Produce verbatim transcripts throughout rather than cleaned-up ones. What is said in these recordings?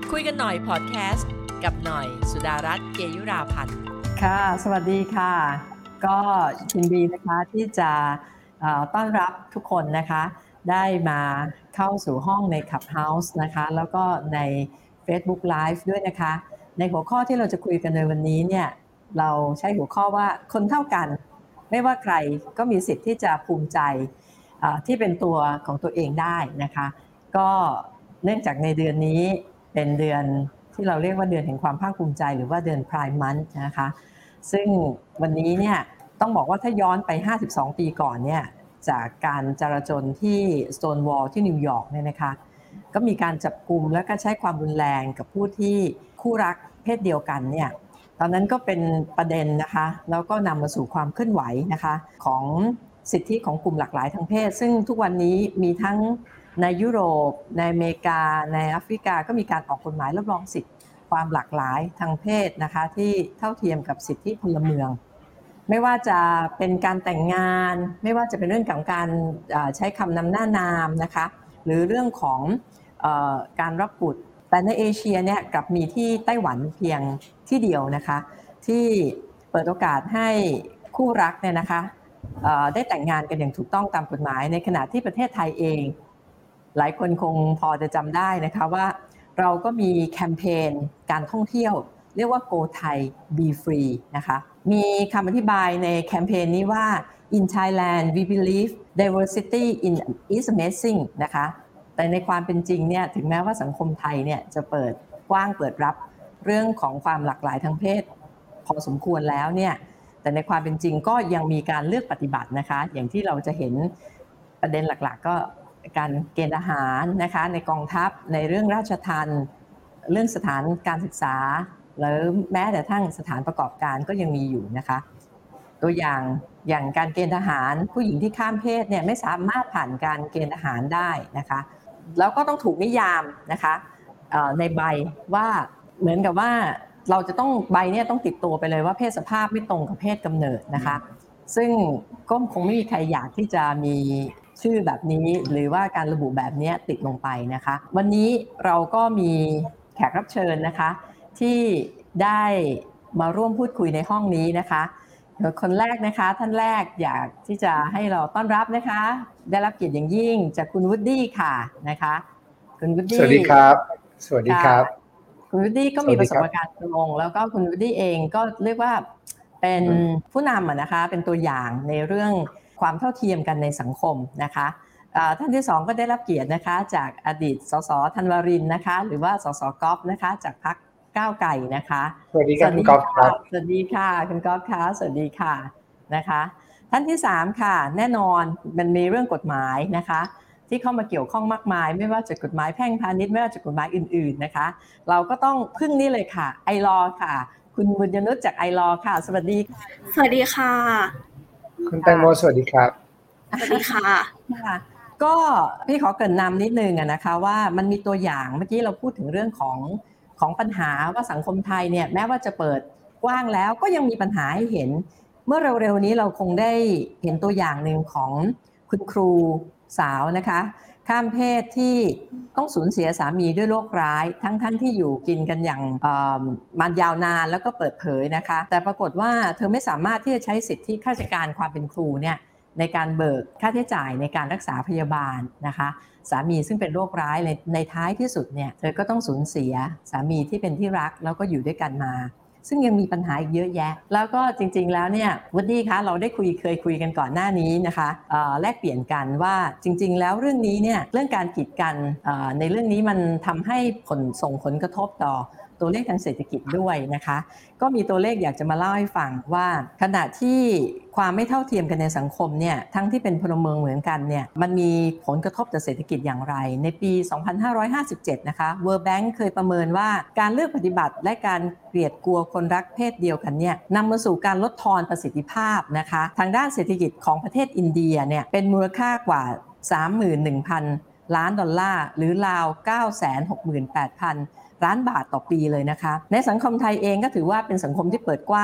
คุยกันหน่อยพอดแคสต์กับหน่อยสุดารัตน์เกยุราพันธ์ค่ะสวัสดีค่ะก็ยินดีนะคะที่จะต้อนรับทุกคนนะคะได้มาเข้าสู่ห้องใน Clubhouse นะคะแล้วก็ใน Facebook Live ด้วยนะคะในหัวข้อที่เราจะคุยกันในวันนี้เนี่ยเราใช้หัวข้อว่าคนเท่ากันไม่ว่าใครก็มีสิทธิ์ที่จะภูมิใจที่เป็นตัวของตัวเองได้นะคะก็เนื่องจากในเดือนนี้เป็นเดือนที่เราเรียกว่าเดือนแห่งความภาคภูมิใจหรือว่าเดือน Pride Month นะคะซึ่งวันนี้เนี่ยต้องบอกว่าถ้าย้อนไปห้าสิบสองปีก่อนเนี่ยจากการจราจรที่ Stonewall ที่นิวยอร์กเนี่ยนะคะก็มีการจับกุมและก็ใช้ความรุนแรงกับผู้ที่คู่รักเพศเดียวกันเนี่ยตอนนั้นก็เป็นประเด็นนะคะแล้วก็นำมาสู่ความเคลื่อนไหวนะคะของสิทธิของกลุ่มหลากหลายทางเพศซึ่งทุกวันนี้มีทั้งในยุโรปในอเมริกาในแอฟริกาก็มีการออกกฎหมายรับรองสิทธิความหลากหลายทางเพศนะคะที่เท่าเทียมกับสิทธิพลเมืองไม่ว่าจะเป็นการแต่งงานไม่ว่าจะเป็นเรื่องของการใช้คำนำหน้านามนะคะหรือเรื่องของเอ่อการรับบุตรแต่ในเอเชียเนี่ยกลับมีที่ไต้หวันเพียงที่เดียวนะคะที่เปิดโอกาสให้คู่รักเนี่ยนะคะเอ่อได้แต่งงานกันอย่างถูกต้องตามกฎหมายในขณะที่ประเทศไทยเองหลายคนคงพอจะจำได้นะคะว่าเราก็มีแคมเปญการท่องเที่ยวเรียกว่า Go Thai Be Free นะคะมีคำอธิบายในแคมเปญนี้ว่า In Thailand we believe diversity in is amazing นะคะแต่ในความเป็นจริงเนี่ยถึงแม้ว่าสังคมไทยเนี่ยจะเปิดกว้างเปิดรับเรื่องของความหลากหลายทางเพศพอสมควรแล้วเนี่ยแต่ในความเป็นจริงก็ยังมีการเลือกปฏิบัตินะคะอย่างที่เราจะเห็นประเด็นหลักๆก็การเกณฑ์ทหารนะคะในกองทัพในเรื่องราชทัณฑ์เรื่องสถานการศึกษาหรือแม้แต่ทั้งสถานประกอบการก็ยังมีอยู่นะคะตัวอย่างอย่างการเกณฑ์ทหารผู้หญิงที่ข้ามเพศเนี่ยไม่สามารถผ่านการเกณฑ์ทหารได้นะคะแล้วก็ต้องถูกนิยามนะคะในใบว่าเหมือนกับว่าเราจะต้องใบเนี่ยต้องติดตัวไปเลยว่าเพศสภาพไม่ตรงกับเพศกำเนิดนะคะซึ่งก็คงไม่มีใครอยากที่จะมีชื่อแบบนี้หรือว่าการระบุแบบนี้ติดลงไปนะคะวันนี้เราก็มีแขกรับเชิญนะคะที่ได้มาร่วมพูดคุยในห้องนี้นะคะคนแรกนะคะท่านแรกอยากที่จะให้เราต้อนรับนะคะได้รับเกียรติอย่างยิ่งจากคุณวูดดี้ค่ะนะคะคุณวูดดี้สวัสดีครับสวัสดีครับคุณวูดดี้ก็มีประสบการณ์ตรงแล้วก็คุณวูดดี้เองก็เรียกว่าเป็นผู้นำนะคะเป็นตัวอย่างในเรื่องความเท่าเทียมกันในสังคมนะคะท่านที่สองก็ได้รับเกียรตินะคะจากอดีตสสธันวรินทร์นะคะหรือว่าสสก๊อฟนะคะจากพรรคก้าวไกลนะคะสวัสดีครับคุณก๊อฟครับสวัสดีค่ะคุณก๊อฟค่ะสวัสดีค่ะนะคะท่านที่สามค่ะแน่นอนมันมีเรื่องกฎหมายนะคะที่เข้ามาเกี่ยวข้องมากมายไม่ว่าจะกฎหมายแพ่งพาณิชย์ไม่ว่าจะกฎหมายอื่นๆนะคะเราก็ต้องพึ่งนี่เลยค่ะไอลอค่ะคุณบุญยนุชจากไอลอค่ะสวัสดีสวัสดีค่ะคุณแตงโมสวัสดีครับสวัสดีค่ะก็พี่ขอเกริ่นนำนิดนึงนะคะว่ามันมีตัวอย่างเมื่อกี้เราพูดถึงเรื่องของของปัญหาว่าสังคมไทยเนี่ยแม้ว่าจะเปิดกว้างแล้วก็ยังมีปัญหาให้เห็นเมื่อเร็วๆนี้เราคงได้เห็นตัวอย่างหนึ่งของคุณครูสาวนะคะข้ามเพศที่ต้องสูญเสียสามีด้วยโรคร้ายทั้งๆ ท, ที่อยู่กินกันอย่างมันยาวนานแล้วก็เปิดเผยนะคะแต่ปรากฏว่าเธอไม่สามารถที่จะใช้สิทธิข้าราชการความเป็นครูเนี่ยในการเบิกค่าใช้จ่ายในการรักษาพยาบาลนะคะสามีซึ่งเป็นโรคร้ายในในท้ายที่สุดเนี่ยเธอก็ต้องสูญเสียสามีที่เป็นที่รักแล้วก็อยู่ด้วยกันมาซึ่งยังมีปัญหาอีกเยอะแยะแล้วก็จริงๆแล้วเนี่ยวูดดี้คะเราได้คุยเคยคุยกันก่อนหน้านี้นะคะแลกเปลี่ยนกันว่าจริงๆแล้วเรื่องนี้เนี่ยเรื่องการกีดกันในเรื่องนี้มันทำให้ผลส่งผลกระทบต่อตัวเลขทางเศรษฐกิจด้วยนะคะก็มีตัวเลขอยากจะมาเล่าให้ฟังว่าขณะที่ความไม่เท่าเทียมกันในสังคมเนี่ยทั้งที่เป็นพลเมืองเหมือนกันเนี่ยมันมีผลกระทบต่อเศรษฐกิจอย่างไรในปีสองพันห้าร้อยห้าสิบเจ็ดนะคะ World Bank เคยประเมินว่าการเลือกปฏิบัติและการเกลียดกลัวคนรักเพศเดียวกันเนี่ยนำมาสู่การลดทอนประสิทธิภาพนะคะทางด้านเศรษฐกิจของประเทศอินเดียเนี่ยเป็นมูลค่ากว่า สามหมื่นหนึ่งพัน ล้านดอลลาร์หรือราว เก้าแสนหกหมื่นแปดพันล้านบาทต่อปีเลยนะคะในสังคมไทยเองก็ถือว่าเป็นสังคมที่เปิดกว้าง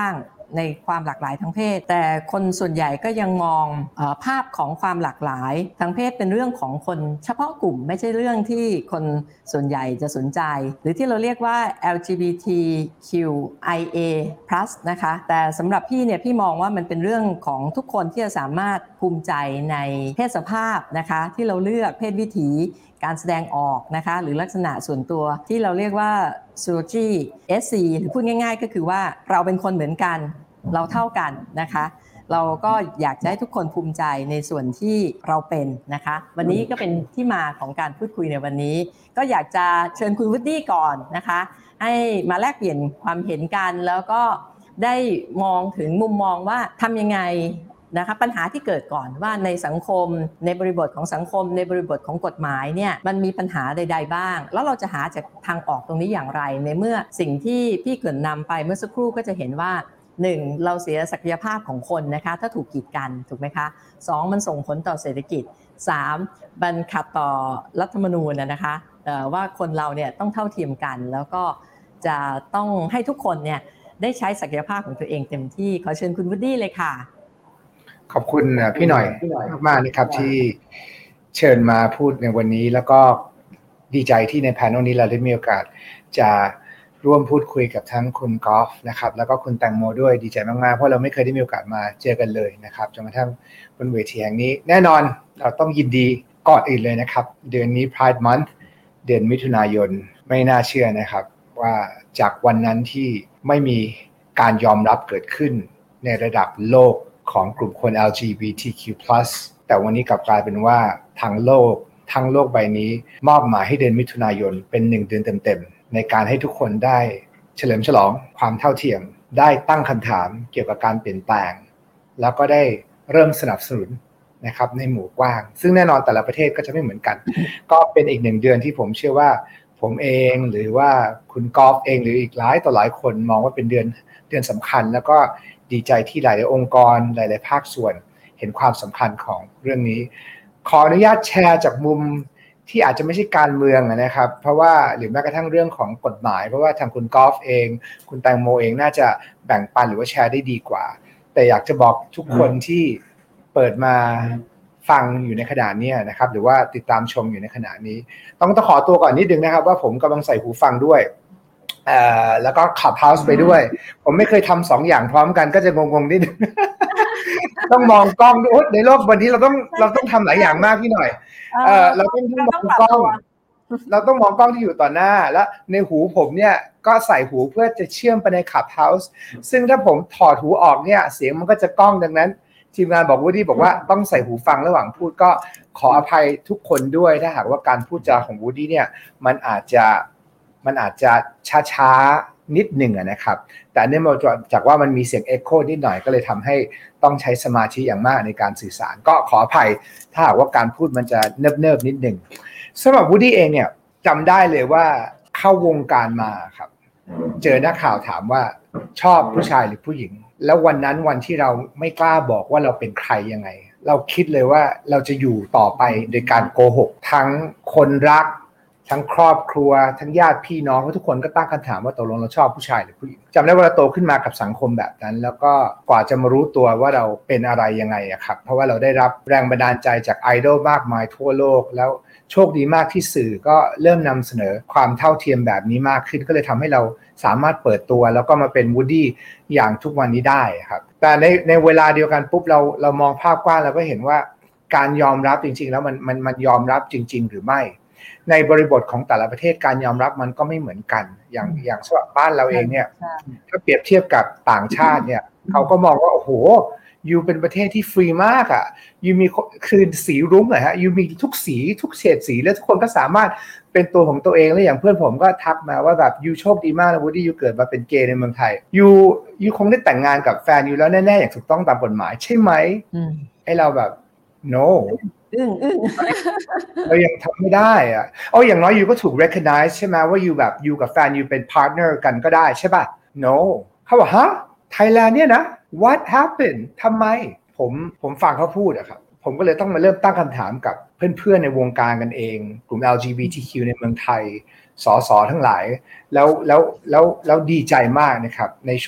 ในความหลากหลายทางเพศแต่คนส่วนใหญ่ก็ยังมองเอ่อภาพของความหลากหลายทางเพศเป็นเรื่องของคนเฉพาะกลุ่มไม่ใช่เรื่องที่คนส่วนใหญ่จะสนใจหรือที่เราเรียกว่า แอล จี บี ที คิว ไอ เอ พลัส นะคะแต่สำหรับพี่เนี่ยพี่มองว่ามันเป็นเรื่องของทุกคนที่จะสามารถภูมิใจในเพศสภาพนะคะที่เราเลือกเพศวิถีการแสดงออกนะคะหรือลักษณะส่วนตัวที่เราเรียกว่า Surrogacy เอส ซี หรือพูดง่ายๆก็คือว่าเราเป็นคนเหมือนกันเราเท่ากันนะคะเราก็อยากจะให้ทุกคนภูมิใจในส่วนที่เราเป็นนะคะวันนี้ก็เป็นที่มาของการพูดคุยในวันนี้ก็อยากจะเชิญคุณวูดดี้ก่อนนะคะให้มาแลกเปลี่ยนความเห็นกันแล้วก็ได้มองถึงมุมมองว่าทำยังไงนะคะปัญหาที่เกิดก่อนว่าในสังคมในบริบทของสังคมในบริบทของกฎหมายเนี่ยมันมีปัญหาใดๆบ้างแล้วเราจะหาจากทางออกตรงนี้อย่างไรในเมื่อสิ่งที่พี่เกริ่นนำไปเมื่อสักครู่ก็จะเห็นว่าหนึ่งเราเสียศักยภาพของคนนะคะถ้าถูกกีดกันถูกไหมคะสองมันส่งผลต่อเศรษฐกิจสามมันขัดต่อรัฐธรรมนูญนะคะว่าคนเราเนี่ยต้องเท่าเทียมกันแล้วก็จะต้องให้ทุกคนเนี่ยได้ใช้ศักยภาพของตัวเองเต็มที่ขอเชิญคุณวูดดี้เลยค่ะขอบคุณพี่หน่อยมากๆนะครับที่เชิญมาพูดในวันนี้แล้วก็ดีใจที่ในแพนเนลนี้เราได้มีโอกาสจะร่วมพูดคุยกับทั้งคุณกอล์ฟนะครับแล้วก็คุณแตงโมด้วยดีใจมากๆเพราะเราไม่เคยได้มีโอกาสมาเจอกันเลยนะครับจนกระทั่งบนเวทีแห่งนี้แน่นอนเราต้องยินดีก่อนอื่นเลยนะครับเดือนนี้ Pride Month เดือนมิถุนายนไม่น่าเชื่อนะครับว่าจากวันนั้นที่ไม่มีการยอมรับเกิดขึ้นในระดับโลกของกลุ่มคน แอล จี บี ที คิว พลัส แต่วันนี้กลับกลายเป็นว่าทั้งโลกทั้งโลกใบนี้มอบหมายให้เดือนมิถุนายนเป็นหนึ่งเดือนเต็มๆในการให้ทุกคนได้เฉลิมฉลองความเท่าเทียมได้ตั้งคำถามเกี่ยวกับการเปลี่ยนแปลงแล้วก็ได้เริ่มสนับสนุนนะครับในหมู่กว้างซึ่งแน่นอนแต่ละประเทศก็จะไม่เหมือนกัน ก็เป็นอีกหนึ่งเดือนที่ผมเชื่อว่าผมเองหรือว่าคุณกอล์ฟเองหรืออีกหลายต่อหลายคนมองว่าเป็นเดือนเดือนสำคัญแล้วก็ดีใจที่หลายๆองค์กรหลายๆภาคส่วนเห็นความสำคัญของเรื่องนี้ขออนุญาตแชร์จากมุมที่อาจจะไม่ใช่การเมืองนะครับเพราะว่าหรือแม้กระทั่งเรื่องของกฎหมายเพราะว่าทางคุณกอล์ฟเองคุณแตงโมเองน่าจะแบ่งปันหรือว่าแชร์ได้ดีกว่าแต่อยากจะบอกทุกคนที่เปิดมาฟังอยู่ในขณะนี้นะครับหรือว่าติดตามชมอยู่ในขณะนี้ต้องต้องขอตัวก่อนนิดนึงนะครับว่าผมกำลังใส่หูฟังด้วยเอ่อแล้วก็ขับเฮาส์ไปด้วยผมไม่เคยทำสองอย่างพร้อมกันก็จะงงๆนิดนึง ต้องมองกล้องด้วยในโลกวันนี้เราต้องเราต้องทำหลายอย่างมากพี่หน่อยเออเราต้องมองกล้องเราต้องมองกล้องที่อยู่ต่อหน้าแล้วในหูผมเนี่ยก็ใส่หูเพื่อจะเชื่อมไปในขับเฮาส์ซึ่งถ้าผมถอดหูออกเนี่ยเสียงมันก็จะก้องดังนั้นทีมงานบอกวูดดี้บอกว่าต้องใส่หูฟังระหว่างพูดก็ขออภัยทุกคนด้วยถ้าหากว่าการพูดจาของวูดดี้เนี่ยมันอาจจะมันอาจจะช้าๆนิดหนึ่งนะครับแต่เนื่องมาจากว่ามันมีเสียงเอ็กโคนิดหน่อยก็เลยทำให้ต้องใช้สมาธิอย่างมากในการสื่อสารก็ขออภัยถ้าหากว่าการพูดมันจะเนิบๆนิดหนึ่งสำหรับวูดดี้เองเนี่ยจำได้เลยว่าเข้าวงการมาครับเจอนักข่าวถามว่าชอบผู้ชายหรือผู้หญิงแล้ววันนั้นวันที่เราไม่กล้าบอกว่าเราเป็นใครยังไงเราคิดเลยว่าเราจะอยู่ต่อไปโดยการโกหกทั้งคนรักทั้งครอบครัวทั้งญาติพี่น้องทุกคนก็ตั้งคำถามว่าตกลงเราชอบผู้ชายหรือผู้หญิงจำได้ว่าเราโตขึ้นมากับสังคมแบบนั้นแล้วก็กว่าจะมารู้ตัวว่าเราเป็นอะไรยังไงอะครับเพราะว่าเราได้รับแรงบันดาลใจจากไอดอลมากมายทั่วโลกแล้วโชคดีมากที่สื่อก็เริ่มนำเสนอความเท่าเทียมแบบนี้มากขึ้นก็เลยทำให้เราสามารถเปิดตัวแล้วก็มาเป็นวูดดี้อย่างทุกวันนี้ได้ครับแต่ในในเวลาเดียวกันปุ๊บเราเรามองภาพกว้างเราก็เห็นว่าการยอมรับจริงๆแล้วมันมันมันยอมรับจริงๆหรือไม่ในบริบทของแต่ละประเทศการยอมรับมันก็ไม่เหมือนกันอย่างอย่างสำหรับบ้านเราเองเนี่ยถ้าเปรียบเทียบกับต่างชาติเนี่ยเขาก็มองว่าโอ้โหยูเป็นประเทศที่ฟรีมากอ่ะยูมีคือสีรุ้งเหรอฮะยูมีทุกสีทุกเฉดสีแล้วทุกคนก็สามารถเป็นตัวของตัวเองแล้วอย่างเพื่อนผมก็ทักมาว่าแบบยูโชคดีมากนะวูดดี้ยูเกิดมาเป็นเกย์ในเมืองไทยยูยูคงได้แต่งงานกับแฟนยูแล้วแน่ๆอย่างถูกต้องตามกฎหมายใช่ไหมให้เราแบบ no อึ้งอึ้งเรายังทำไม่ได้อ่ะอ๋ออย่างน้อยยูก็ถูก recognize ใช่ไหมว่ายูแบบยูกับแฟนยูเป็น partner กันก็ได้ใช่ป่ะ no เขาบอกฮะไทยแลนด์เนี่ยนะ what happened ทำไมผมผมฟังเขาพูดอะครับผมก็เลยต้องมาเริ่มตั้งคำถามกับเพื่อนๆในวงการกันเองกลุ่ม แอล จี บี ที คิว ในเมืองไทยสสทั้งหลายแล้วแล้วแล้วแล้วดีใจมากนะครับในช่วง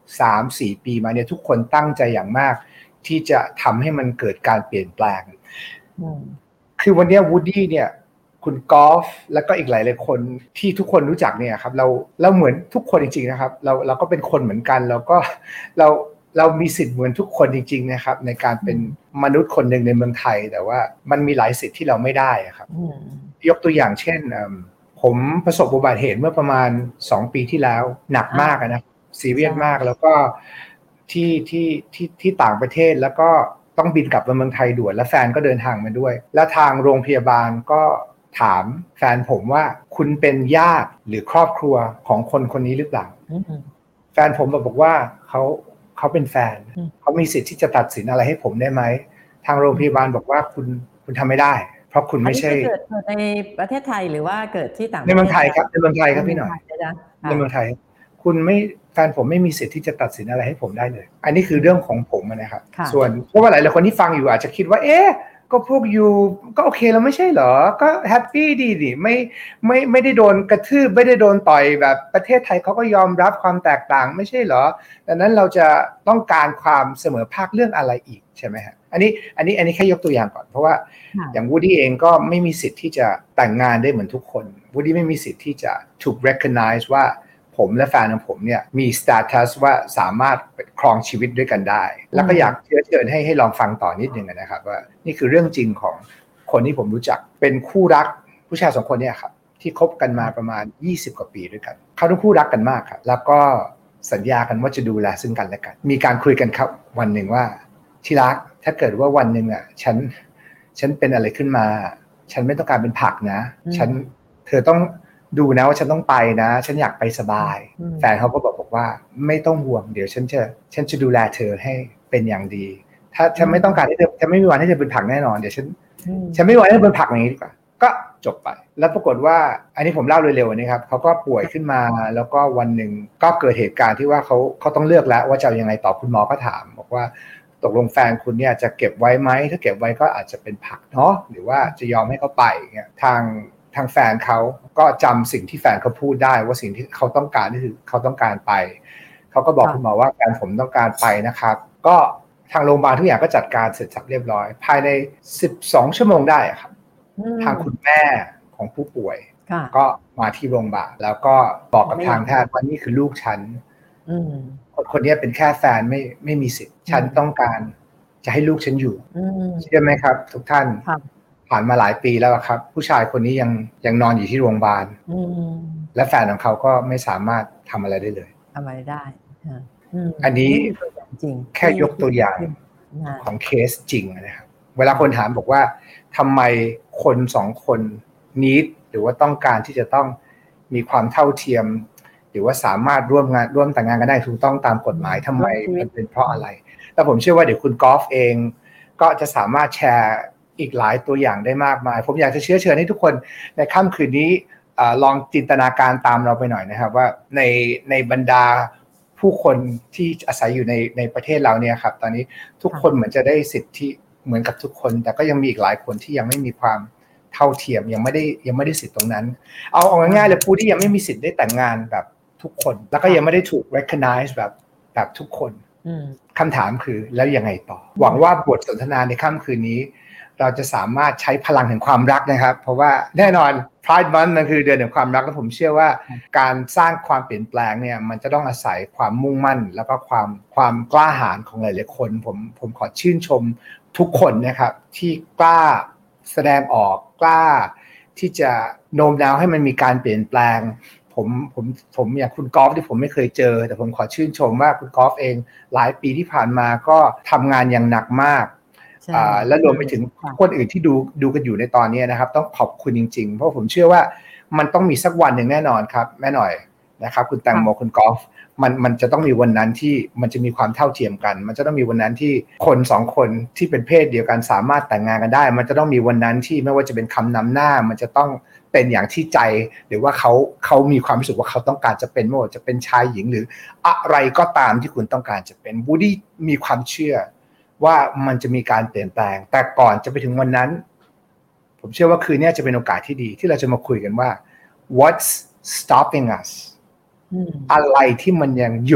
สามสี่ ปีมาเนี่ยทุกคนตั้งใจอย่างมากที่จะทำให้มันเกิดการเปลี่ยนแปลงคือวันนี้วูดดี้เนี่ยคุณกอล์ฟแล้วก็อีกหลายหลายคนที่ทุกคนรู้จักเนี่ยครับเราเราเหมือนทุกคนจริงๆนะครับเราเราก็เป็นคนเหมือนกันแล้วก็เราเรามีสิทธิ์เหมือนทุกคนจริงๆนะครับในการเป็นมนุษย์คนหนึ่งในเมืองไทยแต่ว่ามันมีหลายสิทธิ์ที่เราไม่ได้ครับยกตัวอย่างเช่นผมประสบอุบัติเหตุเมื่อประมาณสองปีที่แล้วหนักมากนะซีเรียสมากแล้วก็ที่ที่ที่ที่ต่างประเทศแล้วก็ต้องบินกลับมาเมืองไทยด่วนและแฟนก็เดินทางมาด้วยและทางโรงพยาบาลก็ถามแฟนผมว่าคุณเป็นญาติหรือครอบครัวของคนคนนี้หรือเปล่าแฟนผมบอกว่าเขาเขาเป็นแฟนเขามีสิทธิ์ที่จะตัดสินอะไรให้ผมได้ไหมทางโรงพยาบาลบอกว่าคุณคุณทำไม่ได้เพราะคุณไม่ใช่เกิดในประเทศไทยหรือว่าเกิดที่ต่างประเทศในเมืองไทยครับในเมืองไทยครับพี่หน่อยในเมืองไทยคุณไม่แฟนผมไม่มีสิทธิ์ที่จะตัดสินอะไรให้ผมได้เลยอันนี้คือเรื่องของผมนะครับส่วนเพราะว่าหลายๆคนที่ฟังอยู่อาจจะคิดว่าเอ๊ะก็พวกยูก็โอเคแล้วไม่ใช่เหรอก็แฮปปี้ดีดิไม่ไม่ไม่ได้โดนกระทืบไม่ได้โดนต่อยแบบประเทศไทยเขาก็ยอมรับความแตกต่างไม่ใช่เหรอดังนั้นเราจะต้องการความเสมอภาคเรื่องอะไรอีกใช่ไหมฮะอันนี้อันนี้อันนี้แค่ยกตัวอย่างก่อนเพราะว่าอย่างวูดดี้เองก็ไม่มีสิทธิ์ที่จะแต่งงานได้เหมือนทุกคนวูดดี้ไม่มีสิทธิ์ที่จะถูก recognize ว่าผมและแฟนของผมเนี่ยมี status ว่าสามารถครองชีวิตด้วยกันได้แล้วก็อยากเชิญเชิญให้ให้ลองฟังต่อนิดนึงนะครับว่านี่คือเรื่องจริงของคนที่ผมรู้จักเป็นคู่รักผู้ชายสองคนเนี่ยครับที่คบกันมาประมาณยี่สิบกว่าปีด้วยกันเขาทั้งคู่รักกันมากครับแล้วก็สัญญากันว่าจะดูแลซึ่งกันและกันมีการคุยกันครับวันหนึ่งว่าที่รักถ้าเกิดว่าวันหนึ่งอ่ะฉันฉันเป็นอะไรขึ้นมาฉันไม่ต้องการเป็นผักนะฉันเธอต้องดูนะว่าฉันต้องไปนะฉันอยากไปสบายแฟนเขาก็บอกบอกว่าไม่ต้องห่วงเดี๋ยวฉันจะฉันจะดูแลเธอให้เป็นอย่างดีถ้าฉันไม่ต้องการให้เธอฉันไม่มีวันให้เธอเป็นผักแน่นอนเดี๋ยวฉันฉันไม่มีวันให้เธอเป็นผักอย่างนี้ดีกว่าก็จบไปแล้วปรากฏว่าอันนี้ผมเล่าเร็วๆนี้ครับเขาก็ป่วยขึ้นมาแล้วก็วันหนึ่งก็เกิดเหตุการณ์ที่ว่าเขาเขาต้องเลือกแล้วว่าจะยังไงต่อคุณหมอก็ถามบอกว่าตกลงแฟนคุณเนี่ยจะเก็บไว้ไหมถ้าเก็บไว้ก็อาจจะเป็นผักเนาะหรือว่าจะยอมให้เขาไปเงี้ยทางทางแฟนเขาก็จำสิ่งที่แฟนเขาพูดได้ว่าสิ่งที่เขาต้องการนี่คือเขาต้องการไปเขาก็บอกคุณหมอว่าแฟนผมต้องการไปนะครับก็ทางโรงพยาบาลทุกอย่างก็จัดการเสร็จสับเรียบร้อยภายในสิบสองชั่วโมงได้ครับทางคุณแม่ของผู้ป่วยก็มาที่โรงพยาบาลแล้วก็บอกกับทางแพทย์ว่านี่คือลูกฉันคนคนนี้เป็นแค่แฟนไม่ไม่มีสิทธิ์ฉันต้องการจะให้ลูกฉันอยู่ใช่ไหมครับทุกท่านผ่านมาหลายปีแล้วครับผู้ชายคนนี้ยังยังนอนอยู่ที่โรงพยาบาลและแฟนของเขาก็ไม่สามารถทำอะไรได้เลยทำอะไรได้อันนี้แค่ยกตัวอย่างของเคสจริงนะครับเวลาคนถามบอกว่าทำไมคนสองคนนี้หรือว่าต้องการที่จะต้องมีความเท่าเทียมหรือว่าสามารถร่วมงานร่วมแต่งงานกันได้ถูกต้องตามกฎหมายทำไมมันเป็นเพราะอะไรแล้วผมเชื่อว่าเดี๋ยวคุณกอล์ฟเองก็จะสามารถแชร์อีกหลายตัวอย่างได้มากมายผมอยากจะเชื้อเชิญให้ทุกคนในค่ำคืนนี้ลองจินตนาการตามเราไปหน่อยนะครับว่าในในบรรดาผู้คนที่อาศัยอยู่ในในประเทศเราเนี่ยครับตอนนี้ทุกคนเหมือนจะได้สิทธิเหมือนกับทุกคนแต่ก็ยังมีอีกหลายคนที่ยังไม่มีความเท่าเทียมยังไม่ได้ยังไม่ได้สิทธิ์ตรงนั้นเอาเอาง่ายๆเลยผู้ที่ยังไม่มีสิทธิ์ได้แต่งงานแบบทุกคนแล้วก็ยังไม่ได้ถูก recognize แบบแบบทุกคนคำถามคือแล้วยังไงต่อหวังว่าบทสนทนาในค่ำคืนนี้เราจะสามารถใช้พลังแห่งความรักนะครับเพราะว่าแน่นอน Pride Month มันคือเดือนแห่งความรักและผมเชื่อว่าการสร้างความเปลี่ยนแปลงเนี่ยมันจะต้องอาศัยความมุ่งมั่นแล้วก็ความความกล้าหาญของหลายๆคนผมผมขอชื่นชมทุกคนนะครับที่กล้าแสดงออกกล้าที่จะโน้มน้าวให้มันมีการเปลี่ยนแปลงผมผมผมอย่างคุณกอล์ฟที่ผมไม่เคยเจอแต่ผมขอชื่นชมว่าคุณกอล์ฟเองหลายปีที่ผ่านมาก็ทำงานอย่างหนักมากและรวมไปถึงคนอื่นที่ดูดูกันอยู่ในตอนนี้นะครับต้องขอบคุณจริงๆเพราะผมเชื่อว่ามันต้องมีสักวันหนึ่งแน่นอนครับแม่หน่อยนะครับคุณแตงโมคุณกอล์ฟมันมันจะต้องมีวันนั้นที่มันจะมีความเท่าเทียมกันมันจะต้องมีวันนั้นที่คนสองคนที่เป็นเพศเดียวกันสามารถแต่งงานกันได้มันจะต้องมีวันนั้นที่ไม่ว่าจะเป็นคำนำหน้ามันจะต้องเป็นอย่างที่ใจหรือว่าเขาเขามีความรู้สึกว่าเขาต้องการจะเป็นไม่ว่าจะเป็นชายหญิงหรืออะไรก็ตามที่คุณต้องการจะเป็นบูดี้มีความเชื่อว่ามันจะมีการเปลี่ยนแปลงแต่ก่อนจะไปถึงวันนั้นผมเชื่อว่าคืนนี้จะเป็นโอกาสที่ดีที่เราจะมาคุยกันว่า what's stopping us อะไรที่มันยังหยุด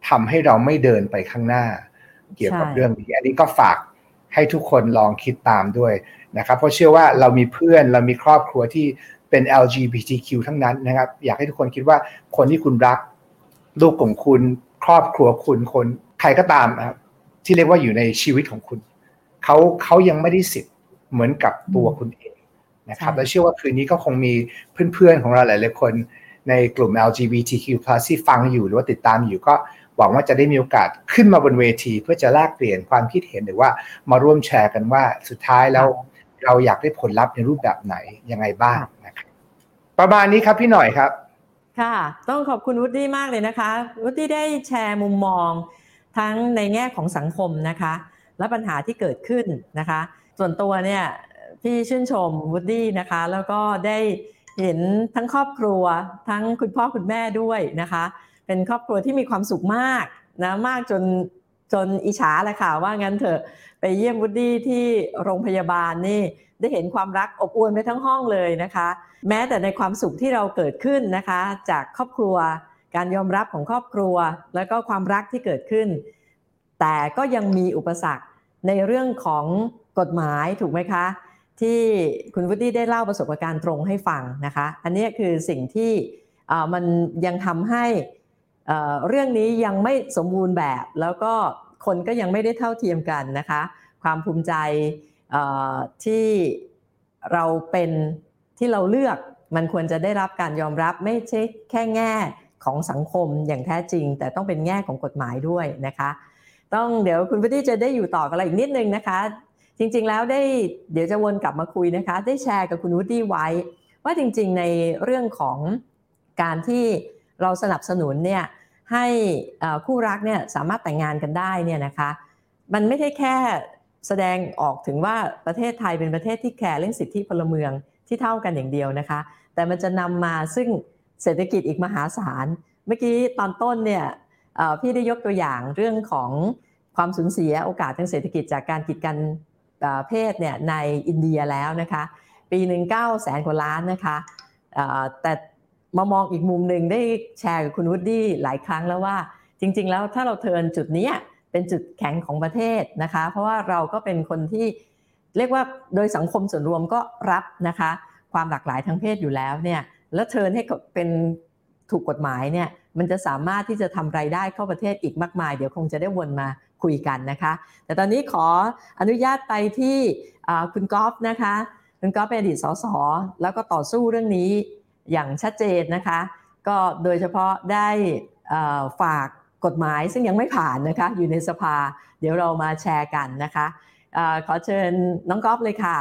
ทำให้เราไม่เดินไปข้างหน้าเกี่ยวกับเรื่องนี้อันนี้ก็ฝากให้ทุกคนลองคิดตามด้วยนะครับเพราะเชื่อว่าเรามีเพื่อนเรามีครอบครัวที่เป็น แอล จี บี ที คิว ทั้งนั้นนะครับอยากให้ทุกคนคิดว่าคนที่คุณรักลูกของคุณครอบครัวคุณคนใครก็ตามนะครับที่เรียกว่าอยู่ในชีวิตของคุณเขาเขายังไม่ได้สิทธิ์เหมือนกับตัวคุณเองนะครับและเชื่อว่าคืนนี้ก็คงมีเพื่อนๆของเราหลายๆคนในกลุ่ม แอล จี บี ที คิว พลัส ที่ฟังอยู่หรือว่าติดตามอยู่ก็หวังว่าจะได้มีโอกาสขึ้นมาบนเวทีเพื่อจะแลกเปลี่ยนความคิดเห็นหรือว่ามาร่วมแชร์กันว่าสุดท้ายแล้วเราอยากได้ผลลัพธ์ในรูปแบบไหนยังไงบ้างนะครับประมาณนี้ครับพี่หน่อยครับค่ะต้องขอบคุณวุฒิมากเลยนะคะวุฒิได้แชร์มุมมองทั้งในแง่ของสังคมนะคะและปัญหาที่เกิดขึ้นนะคะส่วนตัวเนี่ยพี่ชื่นชมวุฒินะคะแล้วก็ได้เห็นทั้งครอบครัวทั้งคุณพ่อคุณแม่ด้วยนะคะเป็นครอบครัวที่มีความสุขมากนะมากจนจนอิจฉาเลยค่ะว่างั้นเถอะไปเยี่ยมวุฒิที่โรงพยาบาลนี่ได้เห็นความรักอบอวลไปทั้งห้องเลยนะคะแม้แต่ในความสุขที่เราเกิดขึ้นนะคะจากครอบครัวการยอมรับของครอบครัวแล้วก็ความรักที่เกิดขึ้นแต่ก็ยังมีอุปสรรคในเรื่องของกฎหมายถูกไหมคะที่คุณวุฒิได้เล่าประสบการณ์ตรงให้ฟังนะคะอันนี้คือสิ่งที่มันยังทำให้เรื่องนี้ยังไม่สมบูรณ์แบบแล้วก็คนก็ยังไม่ได้เท่าเทียมกันนะคะความภูมิใจที่เราเป็นที่เราเลือกมันควรจะได้รับการยอมรับไม่ใช่แค่แง่ของสังคมอย่างแท้จริงแต่ต้องเป็นแง่ของกฎหมายด้วยนะคะต้องเดี๋ยวคุณวุฒิจะได้อยู่ต่อกันอะไรอีกนิดนึงนะคะจริงๆแล้วได้เดี๋ยวจะวนกลับมาคุยนะคะได้แชร์กับคุณวุฒิไว้ว่าจริงๆในเรื่องของการที่เราสนับสนุนเนี่ยให้คู่รักเนี่ยสามารถแต่งงานกันได้เนี่ยนะคะมันไม่ใช่แค่แสดงออกถึงว่าประเทศไทยเป็นประเทศที่แคร์เรื่องสิทธิพลเมืองที่เท่ากันอย่างเดียวนะคะแต่มันจะนำมาซึ่งเศรษฐกิจอีกมหาศาลเมื่อกี้ตอนต้นเนี่ยพี่ได้ยกตัวอย่างเรื่องของความสูญเสียโอกาสทางเศรษฐกิจจากการกีดกันเพศเนี่ยในอินเดียแล้วนะคะปีหนึ่งเก้าแสนกว่าล้านนะคะแต่มามองอีกมุมหนึ่งได้แชร์กับคุณวุฒิหลายครั้งแล้วว่าจริงๆแล้วถ้าเราเทิร์นจุดนี้เป็นจุดแข็งของประเทศนะคะเพราะว่าเราก็เป็นคนที่เรียกว่าโดยสังคมส่วนรวมก็รับนะคะความหลากหลายทางเพศอยู่แล้วเนี่ยแล้วเทิร์นให้เป็นถูกกฎหมายเนี่ยมันจะสามารถที่จะทำรายได้เข้าประเทศอีกมากมายเดี๋ยวคงจะได้วนมาคุยกันนะคะแต่ตอนนี้ขออนุญาตไปที่คุณก๊อฟนะคะคุณก๊อฟเป็นอดีตสสแล้วก็ต่อสู้เรื่องนี้อย่างชัดเจนนะคะก็โดยเฉพาะได้ฝากกฎหมายซึ่งยังไม่ผ่านนะคะอยู่ในสภาเดี๋ยวเรามาแชร์กันนะคะขอเชิญน้องก๊อฟเลยค่ะ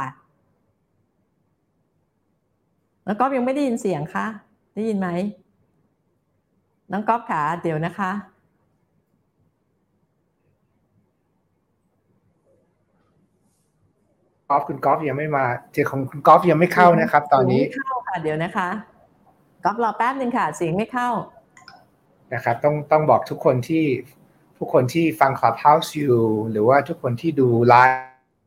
น้องก๊อฟยังไม่ได้ยินเสียงคะได้ยินไหมน้องก๊อฟค่ะเดี๋ยวนะคะก๊อฟคุณก๊อฟยังไม่มาเจอของคุณก๊อฟยังไม่เข้านะครับตอนนี้ไม่เข้าค่ะเดี๋ยวนะคะก๊อฟรอแป๊บนึงค่ะเสียงไม่เข้านะครับต้องต้องบอกทุกคนที่ทุกคนที่ฟัง Clubhouse อยู่หรือว่าทุกคนที่ดูไลฟ์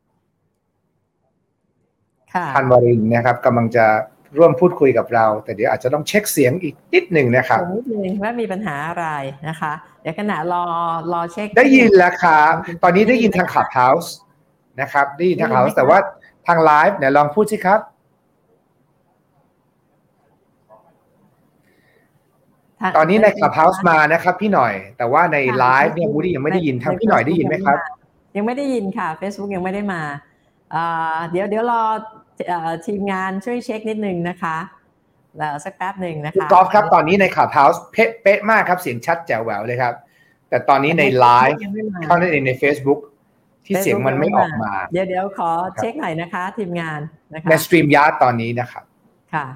ทันวรินนะครับกำลังจะร่วมพูดคุยกับเราแต่เดี๋ยวอาจจะต้องเช็คเสียงอีกนิดหนึ่งนะครับนิดนึงว่ามีปัญหาอะไรนะคะเดี๋ยวขณะรอรอเช็คได้ยินแล้วครับตอนนี้ได้ยินทาง Clubhouse นะครับได้ยินทาง Clubhouse แต่ว่าทางไลฟ์เนี่ยลองพูดสิครับตอนนี้ใน Clubhouse มานะครับพี่หน่อยแต่ว่าในไลฟ์เนี่ยวูดี้ยังไม่ได้ยินทางพี่หน่อยได้ยินไหมครับยังไม่ได้ยินค่ะ Facebook ยังไม่ได้มาเดี๋ยวเดี๋ยวรอทีมงานช่วยเช็คนิดนึงนะคะแล้วสักแป๊บหนึ่งนะคะคุณก๊อฟครับตอนนี้ใน Clubhouse เป๊ะมากครับเสียงชัดแจ๋วแหววเลยครับแต่ตอนนี้ในไลฟ์เท่านั้นเองใน Facebook ที่เสียงมันไม่ออกมาเดี๋ยวเดี๋ยวขอเช็คหน่อยนะคะทีมงานนะคะใน StreamYard ตอนนี้นะครับค่ะ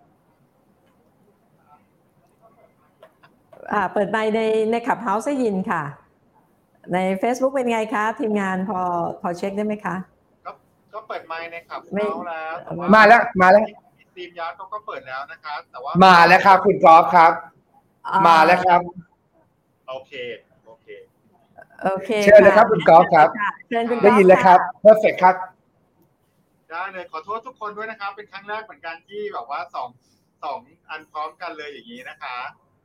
อ่าเปิดไมค์ในใน Clubhouse ได้ยินค่ะใน Facebook เป็นไงคะทีมงานพอพอเช็คได้ไหมคะก็ก็เปิดไมค์ใน Clubhouse แล้วมาแล้วมาแล้ว StreamYardเขาก็เปิดแล้วนะคะแต่ว่ามาแล้วครับคุณก๊อฟครับมาแล้วครับโอเคโอเคโอเคเชิญเลยครับคุณก๊อฟครับได้ยินเลยครับ perfect ครับได้เลยขอโทษทุกคนด้วยนะครับเป็นครั้งแรกเหมือนกันที่แบบว่าสองสองอันพร้อมกันเลยอย่างนี้นะคะ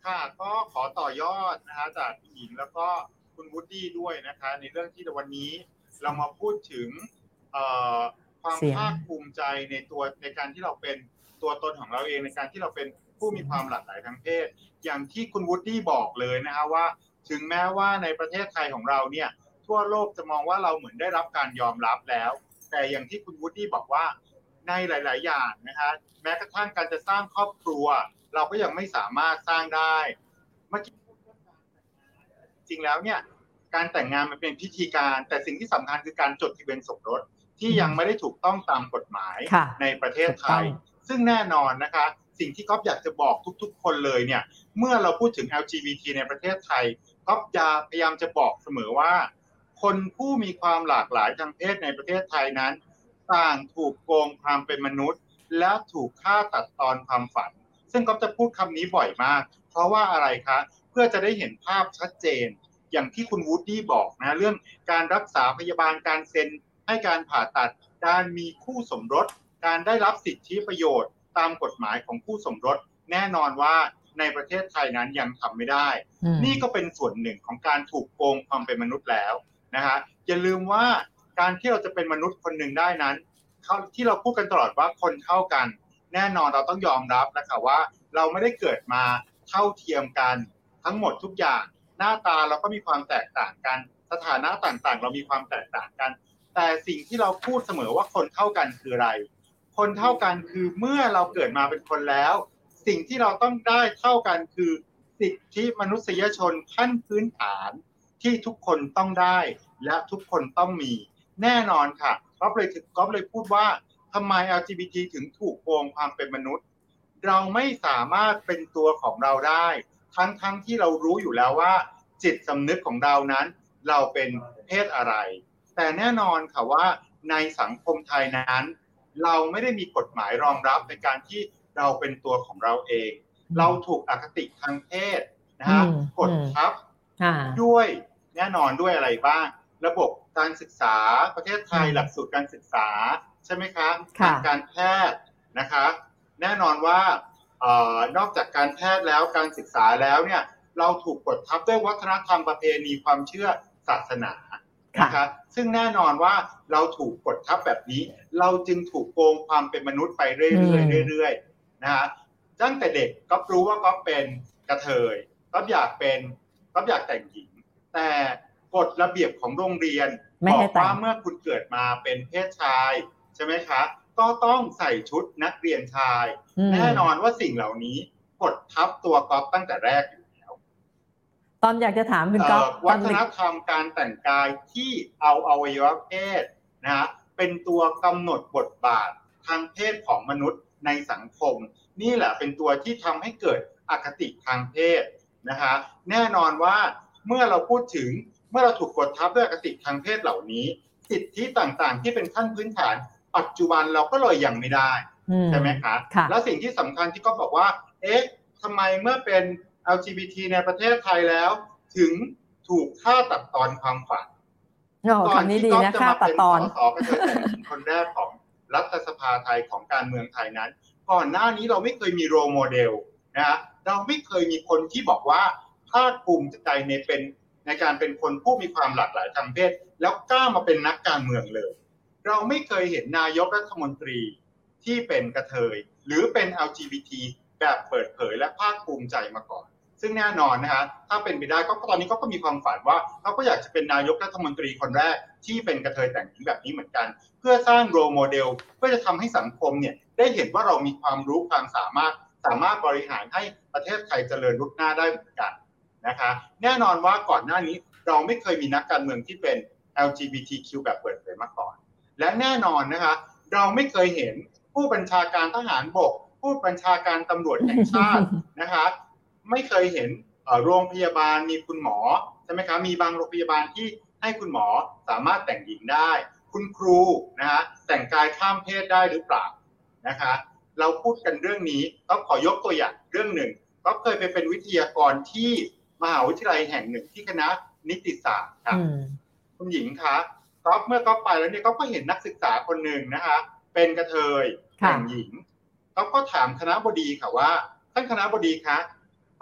ค่ะก็ขอต่อยอดนะคะจากคุณหญิงแล้วก็คุณวูดดี้ด้วยนะคะในเรื่องที่วันนี้เรามาพูดถึงความภาคภูมิใจในตัวในการที่เราเป็นตัวตนของเราเองในการที่เราเป็นผู้มีความหลากหลายทางเพศอย่างที่คุณวูดดี้บอกเลยนะคะว่าถึงแม้ว่าในประเทศไทยของเราเนี่ยทั่วโลกจะมองว่าเราเหมือนได้รับการยอมรับแล้วแต่อย่างที่คุณวูดดี้บอกว่าในหลายๆอย่างนะคะแม้กระทั่งการจะสร้างครอบครัวเราก็ยังไม่สามารถสร้างได้เมื่อกี้จริงแล้วเนี่ยการแต่งงานมันเป็นพิธีการแต่สิ่งที่สำคัญคือการจดทะเบียนสมรสที่ยังไม่ได้ถูกต้องตามกฎหมายในประเทศไทยซึ่งแน่นอนนะคะสิ่งที่ก๊อฟอยากจะบอกทุกๆคนเลยเนี่ยเมื่อเราพูดถึง แอล จี บี ที ในประเทศไทยก๊อฟจะพยายามจะบอกเสมอว่าคนผู้มีความหลากหลายทางเพศในประเทศไทยนั้นต่างถูกโกงความเป็นมนุษย์และถูกฆ่าตัดตอนความฝันซึ่งก๊อฟจะพูดคำนี้บ่อยมากเพราะว่าอะไรคะเพื่อจะได้เห็นภาพชัดเจนอย่างที่คุณวูดดี้บอกนะเรื่องการรักษาพยาบาลการเซ็นให้การผ่าตัดการมีคู่สมรสการได้รับสิทธิประโยชน์ตามกฎหมายของคู่สมรสแน่นอนว่าในประเทศไทยนั้นยังทำไม่ได้นี่ก็เป็นส่วนหนึ่งของการถูกโกงความเป็นมนุษย์แล้วนะฮะอย่าลืมว่าการที่เราจะเป็นมนุษย์คนหนึ่งได้นั้นที่เราพูดกันตลอดว่าคนเท่ากันแน่นอนเราต้องยอมรับนะคะว่าเราไม่ได้เกิดมาเท่าเทียมกันทั้งหมดทุกอย่างหน้าตาเราก็มีความแตกต่างกันสถานะต่างๆเรามีความแตกต่างกันแต่สิ่งที่เราพูดเสมอว่าคนเท่ากันคืออะไรคนเท่ากันคือเมื่อเราเกิดมาเป็นคนแล้วสิ่งที่เราต้องได้เท่ากันคือสิทธิมนุษยชนขั้นพื้นฐานที่ทุกคนต้องได้และทุกคนต้องมีแน่นอนค่ะก็เลยถึงก็เลยพูดว่าทำไม แอล จี บี ที ถึงถูกโกงความเป็นมนุษย์เราไม่สามารถเป็นตัวของเราได้ทั้งๆ ท, ที่เรารู้อยู่แล้วว่าจิตสำนึกของเรานั้นเราเป็นเพศอะไรแต่แน่นอนค่ะว่าในสังคมไทยนั้นเราไม่ได้มีกฎหมายรองรับในการที่เราเป็นตัวของเราเองเราถูกอคติทางเพศนะฮะกดทับด้วยแน่นอนด้วยอะไรบ้างระบบการศึกษาประเทศไทยหลักสูตรการศึกษาใช่ไหมคะทางการแพทย์นะคะแน่นอนว่าเอ่อนอกจากการแพทย์แล้วการศึกษาแล้วเนี่ยเราถูกกดทับด้วยวัฒนธรรมประเพณีความเชื่อศาสนานะคะซึ่งแน่นอนว่าเราถูกกดทับแบบนี้เราจึงถูกโกงความเป็นมนุษย์ไปเรื่อยๆเรื่อยๆนะฮะตั้งแต่เด็กก็รู้ว่าก็เป็นกระเทยก็อยากเป็นก็อยากแต่งหญิงแต่กฎระเบียบของโรงเรียนบอกว่าเมื่อคุณเกิดมาเป็นเพศชายใช่ไหมคะก็ต้องใส่ชุดนักเรียนชายแน่นอนว่าสิ่งเหล่านี้กดทับตัวก๊อฟตั้งแต่แรกอยู่แล้วตอนอยากจะถามคุณก๊อฟวัฒนธรรมการแต่งกายที่เอาอวัยวะเพศนะฮะเป็นตัวกำหนดบทบาททางเพศของมนุษย์ในสังคมนี่แหละเป็นตัวที่ทำให้เกิดอคติทางเพศนะคะแน่นอนว่าเมื่อเราพูดถึงเมื่อเราถูกกดทับด้วยอคติทางเพศเหล่านี้สิทธิต่างๆที่เป็นขั้นพื้นฐานปัจจุบันเราก็เลยยังไม่ได้ใช่ไหมคะแล้วสิ่งที่สำคัญที่ก็บอกว่าเอ๊ะทำไมเมื่อเป็น แอล จี บี ที ในประเทศไทยแล้วถึงถูกฆ่าตัดตอนความฝันก่อนที่ก๊อฟจะมาเป็นส. ส.กระเทยแต่งหญิงคนแรกของรัฐสภาไทยของการเมืองไทยนั้นก่อนหน้านี้เราไม่เคยมีโรลโมเดลนะฮะเราไม่เคยมีคนที่บอกว่าภาคภูมิใจในเป็นในการเป็นคนผู้มีความหลากหลายทางเพศแล้วกล้ามาเป็นนักการเมืองเลยเราไม่เคยเห็นนายกรัฐมนตรีที่เป็นกระเทยหรือเป็น แอล จี บี ที แบบเปิดเผยและภาคภูมิใจมาก่อนซึ่งแน่นอนนะฮะถ้าเป็นไปได้ก็ตอนนี้ก็มีความฝันว่าเขาก็อยากจะเป็นนายกรัฐมนตรีคนแรกที่เป็นกระเทยแต่งหญิงแบบนี้เหมือนกันเพื่อสร้างโรลโมเดลเพื่อจะทำให้สังคมเนี่ยได้เห็นว่าเรามีความรู้ความสามารถสามารถบริหารให้ประเทศไทยเจริญรุ่งหน้าได้เหมือนกันนะคะแน่นอนว่าก่อนหน้านี้เราไม่เคยมีนักการเมืองที่เป็น แอล จี บี ที คิว แบบเปิดเผยมาก่อนและแน่นอนนะคะเราไม่เคยเห็นผู้บัญชาการทหารบกผู้บัญชาการตำรวจแห่งชาตินะคะไม่เคยเห็นโรงพยาบาลมีคุณหมอใช่ไหมคะมีบางโรงพยาบาลที่ให้คุณหมอสามารถแต่งหญิงได้คุณครูนะฮะแต่งกายข้ามเพศได้หรือเปล่านะคะเราพูดกันเรื่องนี้ก็ขอยกตัวอย่างเรื่องหนึ่งก็เคยไปเป็นวิทยากรที่มหาวิทยาลัยแห่งหนึ่งที่คณะนิติศาสตร์ครับคุณหญิงคะก็เมื่อก็ไปแล้วเนี่ยก็เห็นนักศึกษาคนหนึ่งนะคะเป็นกระเทยแต่งหญิงก็ก็ถามคณบดีค่ะว่าท่านคณบดีคะก็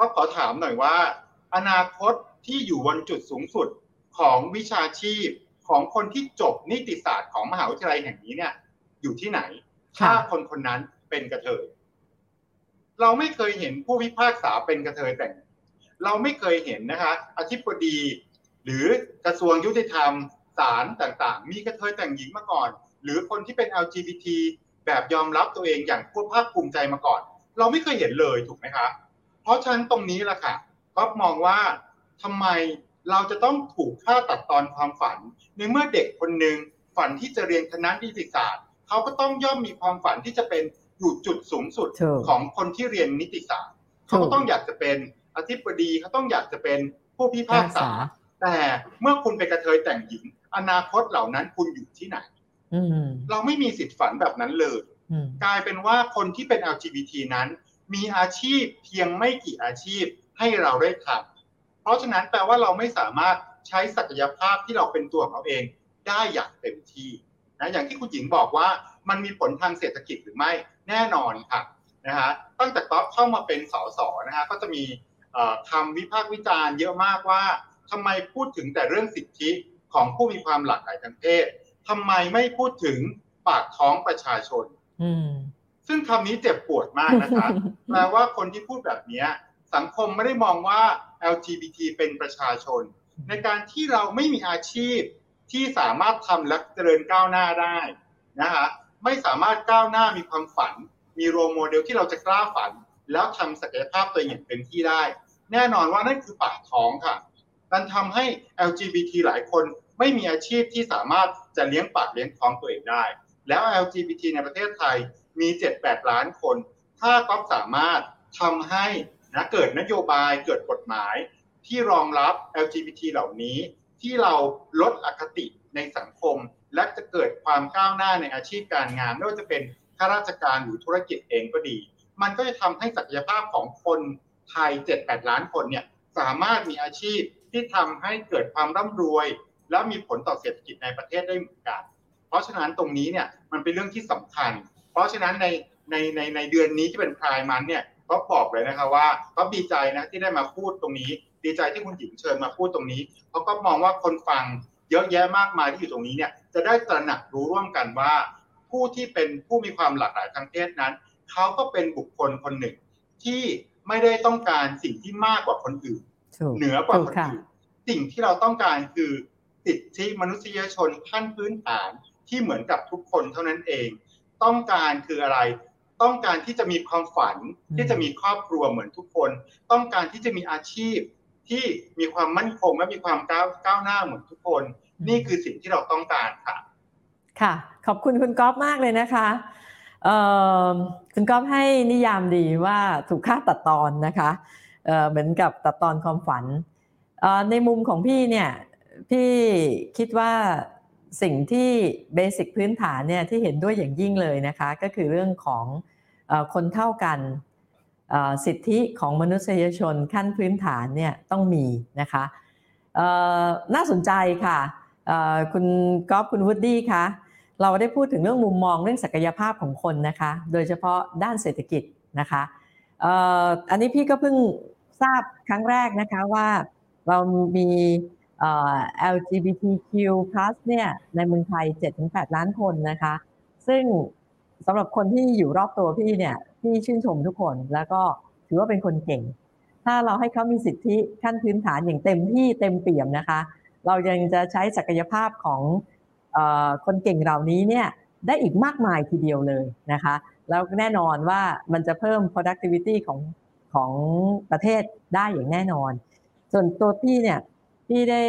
ก็ขอถามหน่อยว่าอนาคตที่อยู่บนจุดสูงสุดของวิชาชีพของคนที่จบนิติศาสตร์ของมหาวิทยาลัยแห่งนี้เนี่ยอยู่ที่ไหนถ้าคนคนนั้นเป็นกระเทยเราไม่เคยเห็นผู้พิพากษาเป็นกระเทยแต่งเราไม่เคยเห็นนะคะอธิบดีหรือกระทรวงยุติธรรมศาลต่างๆมีกระเทยแต่งหญิงมาก่อนหรือคนที่เป็น แอล จี บี ที แบบยอมรับตัวเองอย่างพวกภาคภูมิใจมาก่อนเราไม่เคยเห็นเลยถูกไหมคะเพราะฉะนั้นตรงนี้แหละค่ะก็มองว่าทำไมเราจะต้องถูกฆ่าตัดตอนความฝันในเมื่อเด็กคนหนึ่งฝันที่จะเรียนคณะนิติศาสตร์เขาก็ต้องย่อมมีความฝันที่จะเป็นอยู่จุดสูงสุดของคนที่เรียนนิติศาสตร์เขาก็ต้องอยากจะเป็นอธิบดีเขาต้องอยากจะเป็นผู้พิพากษาแต่เมื่อคุณเป็นกระเทยแต่งหญิงอนาคตเหล่านั้นคุณอยู่ที่ไหนเราไม่มีสิทธิ์ฝันแบบนั้นเลยกลายเป็นว่าคนที่เป็น แอล จี บี ที นั้นมีอาชีพเพียงไม่กี่อาชีพให้เราได้ทำเพราะฉะนั้นแปลว่าเราไม่สามารถใช้ศักยภาพที่เราเป็นตัวของเราเองได้อย่างเต็มที่นะอย่างที่คุณหญิงบอกว่ามันมีผลทางเศรษฐกิจหรือไม่แน่นอนค่ะนะฮะตั้งแต่ก๊อฟเข้ามาเป็นสสนะฮะก็จะมีคำวิพากษ์วิจารณ์เยอะมากว่าทำไมพูดถึงแต่เรื่องสิทธิของผู้มีความหลากหลายทางเพศทำไมไม่พูดถึงปากท้องประชาชนซึ่งคำนี้เจ็บปวดมากนะคะแปลว่าคนที่พูดแบบนี้สังคมไม่ได้มองว่า แอล จี บี ที เป็นประชาชนในการที่เราไม่มีอาชีพที่สามารถทำและเจริญก้าวหน้าได้นะคะไม่สามารถก้าวหน้ามีความฝันมีโรลโมเดลที่เราจะกล้าฝันแล้วทำศักยภาพตัวเองอย่างเต็มที่ได้แน่นอนว่านั่นคือปากท้องค่ะมันทำให้ แอล จี บี ที หลายคนไม่มีอาชีพที่สามารถจะเลี้ยงปากเลี้ยงท้องตัวเองได้แล้ว แอล จี บี ที ในประเทศไทยมี เจ็ดแปด ล้านคนถ้าก๊อฟสามารถทำให้นะเกิดนโยบายเกิดกฎหมายที่รองรับ แอล จี บี ที เหล่านี้ที่เราลดอคติในสังคมและจะเกิดความก้าวหน้าในอาชีพการงานไม่ว่าจะเป็นข้าราชการหรือธุรกิจเองก็ดีมันก็จะทำให้ศักยภาพของคนไทย เจ็ดแปด ล้านคนเนี่ยสามารถมีอาชีพที่ทำให้เกิดความร่ำรวยและมีผลต่อเศรษฐกิจในประเทศได้เหมือนกันเพราะฉะนั้นตรงนี้เนี่ยมันเป็นเรื่องที่สำคัญเพราะฉะนั้นในในในในเดือนนี้ที่เป็นพรายมันเนี่ยก็บอกเลยนะคะว่าก็ดีใจนะที่ได้มาพูดตรงนี้ดีใจที่คุณหญิงเชิญมาพูดตรงนี้เพราะก็มองว่าคนฟังเยอะแยะมากมายที่อยู่ตรงนี้เนี่ยจะได้ตระหนักรู้ร่วมกันว่าผู้ที่เป็นผู้มีความหลากหลายทางเพศนั้นเขาก็เป็นบุคคลคนหนึ่งที่ไม่ได้ต้องการสิ่งที่มากกว่าคนอื่นเหนือกว่าคนอื่นสิ่งที่เราต้องการคือสิทธิมนุษยชนขั้นพื้นฐานที่เหมือนกับทุกคนเท่านั้นเองต้องการคืออะไรต้องการที่จะมีความฝันที่จะมีครอบครัวเหมือนทุกคนต้องการที่จะมีอาชีพที่มีความมั่นคงและมีความก้าวก้าวหน้าเหมือนทุกคนนี่คือสิ่งที่เราต้องการค่ะค่ะขอบคุณคุณก๊อฟมากเลยนะคะเอ่อคุณก๊อฟให้นิยามดีว่าถูกฆ่าตัดตอนนะคะเอ่อเหมือนกับตัดตอนความฝันเอ่อในมุมของพี่เนี่ยพี่คิดว่าสิ่งที่เบสิกพื้นฐานเนี่ยที่เห็นด้วยอย่างยิ่งเลยนะคะก็คือเรื่องของเอ่อคนเท่ากันเอ่อสิทธิของมนุษยชนขั้นพื้นฐานเนี่ยต้องมีนะคะเอ่อน่าสนใจค่ะเอ่อคุณก๊อฟคุณวูดดี้คะเราได้พูดถึงเรื่องมุมมองเรื่องศักยภาพของคนนะคะโดยเฉพาะด้านเศรษฐกิจนะคะเอ่ออันนี้พี่ก็เพิ่งทราบครั้งแรกนะคะว่าเรามีเอ่อ แอล จี บี ที คิว พลัส เนี่ยในเมืองไทย เจ็ดถึงแปด ล้านคนนะคะซึ่งสำหรับคนที่อยู่รอบตัวพี่เนี่ยพี่ชื่นชมทุกคนแล้วก็ถือว่าเป็นคนเก่งถ้าเราให้เขามีสิทธิขั้นพื้นฐานอย่างเต็มที่เต็มเปี่ยมนะคะเรายังจะใช้ศักยภาพของเอ่อคนเก่งเหล่านี้เนี่ยได้อีกมากมายทีเดียวเลยนะคะแล้วแน่นอนว่ามันจะเพิ่ม productivity ของของประเทศได้อย่างแน่นอนส่วนตัวพี่เนี่ยพี่ได้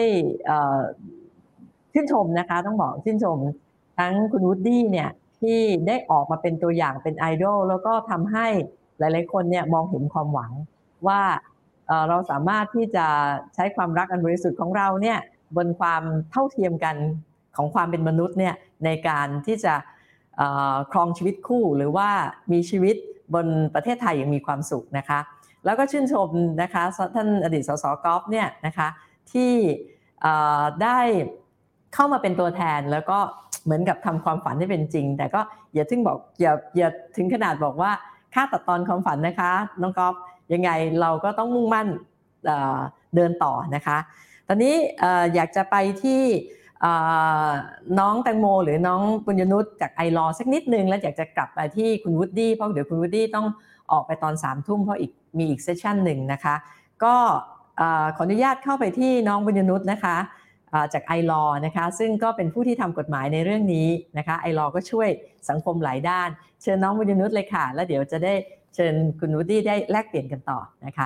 ชื่นชมนะคะต้องบอกชื่นชมทั้งคุณวูดดี้เนี่ยที่ได้ออกมาเป็นตัวอย่างเป็นไอดอลแล้วก็ทำให้หลายๆคนเนี่ยมองเห็นความหวังว่าเราสามารถที่จะใช้ความรักอันบริสุทธิ์ของเราเนี่ยบนความเท่าเทียมกันของความเป็นมนุษย์เนี่ยในการที่จะครองชีวิตคู่หรือว่ามีชีวิตบนประเทศไทยอย่างมีความสุขนะคะแล้วก็ชื่นชมนะคะท่านอดีตสสก๊อฟเนี่ยนะคะที่ได้เข้ามาเป็นตัวแทนแล้วก็เหมือนกับทำความฝันให้เป็นจริงแต่ก็อย่าถึงบอกอย่าอย่าถึงขนาดบอกว่าฆ่าตัดตอนความฝันนะคะน้องก๊อฟยังไงเราก็ต้องมุ่งมั่นเอ่อเดินต่อนะคะตอนนี้เอ่ออยากจะไปที่เอ่อน้องแตงโมหรือน้องปุญญนุชจากไอลอสักนิดนึงแล้วอยากจะกลับมาที่คุณวูดดี้เพราะเดี๋ยวคุณวูดดี้ต้องออกไปตอนสามทุ่มเพราะอีกมีอีกเซสชั่นหนึ่งนะคะก็เอ่อขออนุญาตเข้าไปที่น้องปุญญนุชนะคะจากไอลอนะคะซึ่งก็เป็นผู้ที่ทำกฎหมายในเรื่องนี้นะคะไอลอก็ช่วยสังคมหลายด้านเชิญน้องปุญญนุชเลยค่ะแล้วเดี๋ยวจะได้เชิญคุณวูดดี้ได้แลกเปลี่ยนกันต่อนะคะ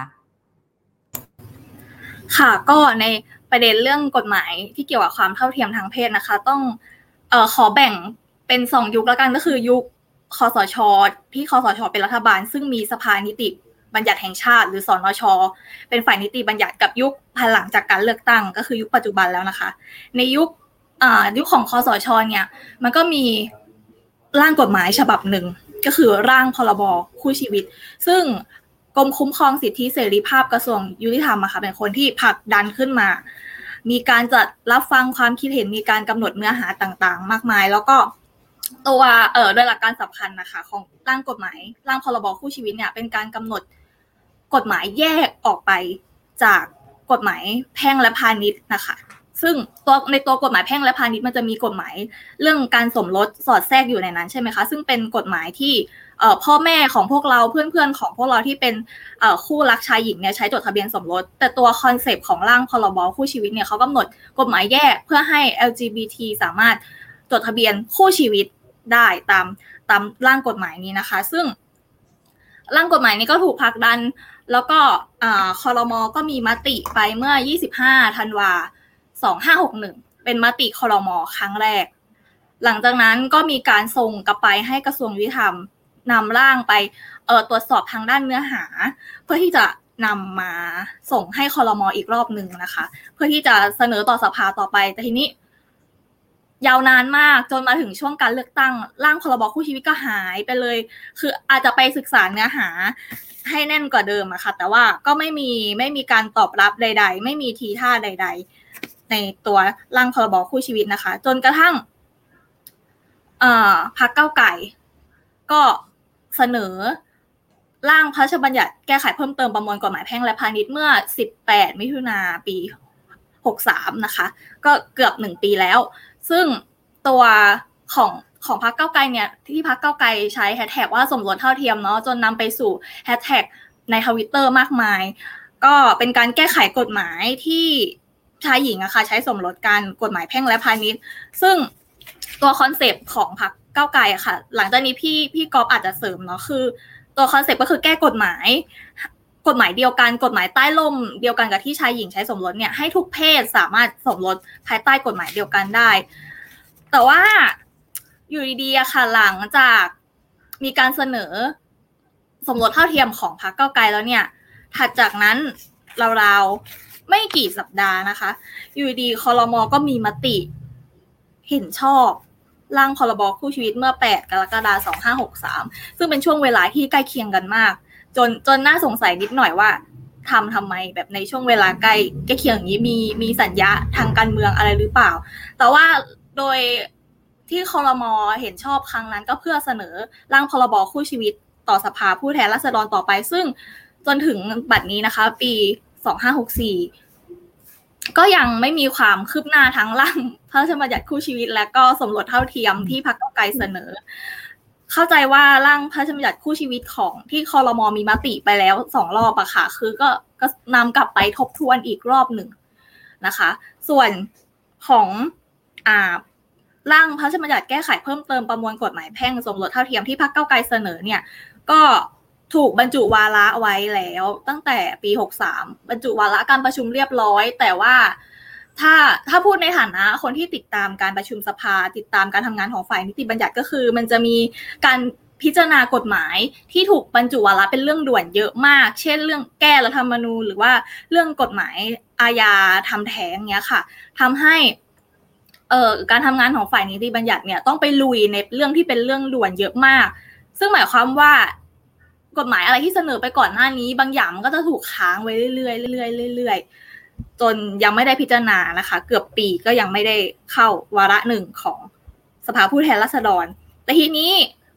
ค่ะก็ในประเด็นเรื่องกฎหมายที่เกี่ยวกับความเท่าเทียมทางเพศนะคะต้องเอ่อขอแบ่งเป็นสองยุคแล้วกันก็คือยุคคสช.ที่คสช.เป็นรัฐบาลซึ่งมีสภานิติบัญญัติแห่งชาติหรือสนช.เป็นฝ่ายนิติบัญญัติกับยุคภายหลังจากการเลือกตั้งก็คือยุคปัจจุบันแล้วนะคะในยุคอ่ายุคของคสช.เนี่ยมันก็มีร่างกฎหมายฉบับหนึ่งก็คือร่างพรบคู่ชีวิตซึ่งกรมคุ้มครองสิทธิเสรีภาพกระทรวงยุติธรรมอะค่ะเป็นคนที่ผลักดันขึ้นมามีการจัดรับฟังความคิดเห็นมีการกำหนดเนื้อหาต่างๆมากมายแล้วก็ตัวเอ่อโดยหลักการสำคัญนะคะของร่างกฎหมายร่างพรบคู่ชีวิตเนี่ยเป็นการกำหนดกฎหมายแยกออกไปจากกฎหมายแพ่งและพาณิชย์นะคะซึ่งตัวในตัวกฎหมายแพ่งและพาณิชย์มันจะมีกฎหมายเรื่องการสมรสสอดแทรกอยู่ในนั้นใช่ไหมคะซึ่งเป็นกฎหมายที่เอ่อพ่อแม่ของพวกเราเพื่อนๆของพวกเราที่เป็นเอ่อคู่รักชายหญิงเนี่ยใช้จดทะเบียนสมรสแต่ตัวคอนเซปต์ของร่างพรบคู่ชีวิตเนี่ยเขากำหนดกฎหมายแยกเพื่อให้ แอล จี บี ที สามารถจดทะเบียนคู่ชีวิตได้ตามตามร่างกฎหมายนี้นะคะซึ่งร่างกฎหมายนี้ก็ถูกผลักดันแล้วก็อ่าครม.ก็มีมติไปเมื่อยี่สิบห้าธันวาคมสองพันห้าร้อยหกสิบเอ็ดเป็นมติครม.ครั้งแรกหลังจากนั้นก็มีการส่งกลับไปให้กระทรวงยุติธรรมนำร่างไปเอ่อตรวจสอบทางด้านเนื้อหาเพื่อที่จะนำมาส่งให้ครม.อีกรอบนึงนะคะเพื่อที่จะเสนอต่อสภาต่อไปแต่ทีนี้ยาวนานมากจนมาถึงช่วงการเลือกตั้งร่างพรบคู่ชีวิตก็หายไปเลยคืออาจจะไปศึกษาเนื้อหาให้แน่นกว่าเดิมอะค่ะแต่ว่าก็ไม่มีไม่มีการตอบรับใดๆไม่มีทีท่าใดๆในตัวร่างพรบคู่ชีวิตนะคะจนกระทั่งเอ่อพรรคก้าวไกลก็เสนอร่างพระราชบัญญัติแก้ไขเพิ่มเติมประมวลกฎหมายแพ่งและพาณิชย์เมื่อสิบแปดมิถุนายนปีหกสิบสามนะคะก็เกือบหนึ่งปีแล้วซึ่งตัวของของพรรคก้าวไกลเนี่ยที่พรรคก้าวไกลใช้แฮชแท็กว่าสมรสเท่าเทียมเนาะจนนำไปสู่แฮชแท็กใน Twitter มากมายก็เป็นการแก้ไขกฎหมายที่ชายหญิงอะค่ะใช้สมรสกันกฎหมายแพ่งและพาณิชย์ซึ่งตัวคอนเซปต์ของพรรคก้าวไกลอะค่ะหลังจากนี้พี่พี่ก๊อฟอาจจะเสริมเนาะคือตัวคอนเซปต์ก็คือแก้กฎหมายกฎหมายเดียวกันกฎหมายใต้ร่มเดียวกันกับที่ชายหญิงใช้สมรสเนี่ยให้ทุกเพศสามารถสมรสภายใต้กฎหมายเดียวกันได้แต่ว่าอยู่ดีๆอะค่ะหลังจากมีการเสนอสมรสเท่าเทียมของพรรคก้าวไกลแล้วเนี่ยถัดจากนั้นราวๆไม่กี่สัปดาห์นะคะอยู่ดีครม.ก็มีมติเห็นชอบร่างพรบคู่ชีวิตเมื่อแปดกรกฎาคมสองพันห้าร้อยหกสิบสามซึ่งเป็นช่วงเวลาที่ใกล้เคียงกันมากจนจนน่าสงสัยนิดหน่อยว่าทำทำไมแบบในช่วงเวลาใกล้ใกล้เคียงอย่างนี้มีมีสัญญาทางการเมืองอะไรหรือเปล่าแต่ว่าโดยที่ครม.เห็นชอบครั้งนั้นก็เพื่อเสนอร่างพรบคู่ชีวิตต่อสภาผู้แทนราษฎรต่อไปซึ่งจนถึงบัดนี้นะคะปีสองพันห้าร้อยหกสิบสี่ก็ยังไม่มีความคืบหน้าทั้งร่างพระราชบัญญัติคู่ชีวิตและก็สมรสเท่าเทียมที่พรรคก้าวไกลเสนอเข้าใจว่าร่างพระราชบัญญัติคู่ชีวิตของที่ครม.มีมติไปแล้วสองรอบอะค่ะคือก็ก็นำกลับไปทบทวนอีกรอบหนึ่งนะคะส่วนของอ่าร่างพระราชบัญญัติแก้ไขเพิ่มเติมประมวลกฎหมายแพ่งสมรสเท่าเทียมที่พรรคก้าวไกลเสนอเนี่ยก็ถูกบรรจุวาระไว้แล้วตั้งแต่ปีหกสิบสามบรรจุวาระการประชุมเรียบร้อยแต่ว่าถ้าถ้าพูดในฐานะคนที่ติดตามการประชุมสภาติดตามการทำงานของฝ่ายนิติบัญญัติก็คือมันจะมีการพิจารณากฎหมายที่ถูกบรรจุวาระเป็นเรื่องด่วนเยอะมากเช่นเรื่องแก้รัฐธรรมนูญหรือว่าเรื่องกฎหมายอาญาทำแท้งเนี้ยค่ะทำให้เอ่อการทำงานของฝ่ายนิติบัญญัติเนี่ยต้องไปลุยในเรื่องที่เป็นเรื่องด่วนเยอะมากซึ่งหมายความว่ากฎหมายอะไรที่เสนอไปก่อนหน้านี้บางอย่างมันก็จะถูกค้างไว้เรื่อยๆเรื่อยๆเรื่อยๆจนยังไม่ได้พิจารณานะคะเกือบปีก็ยังไม่ได้เข้าวาระหนึ่งของสภาผู้แทนราษฎรแต่ทีนี้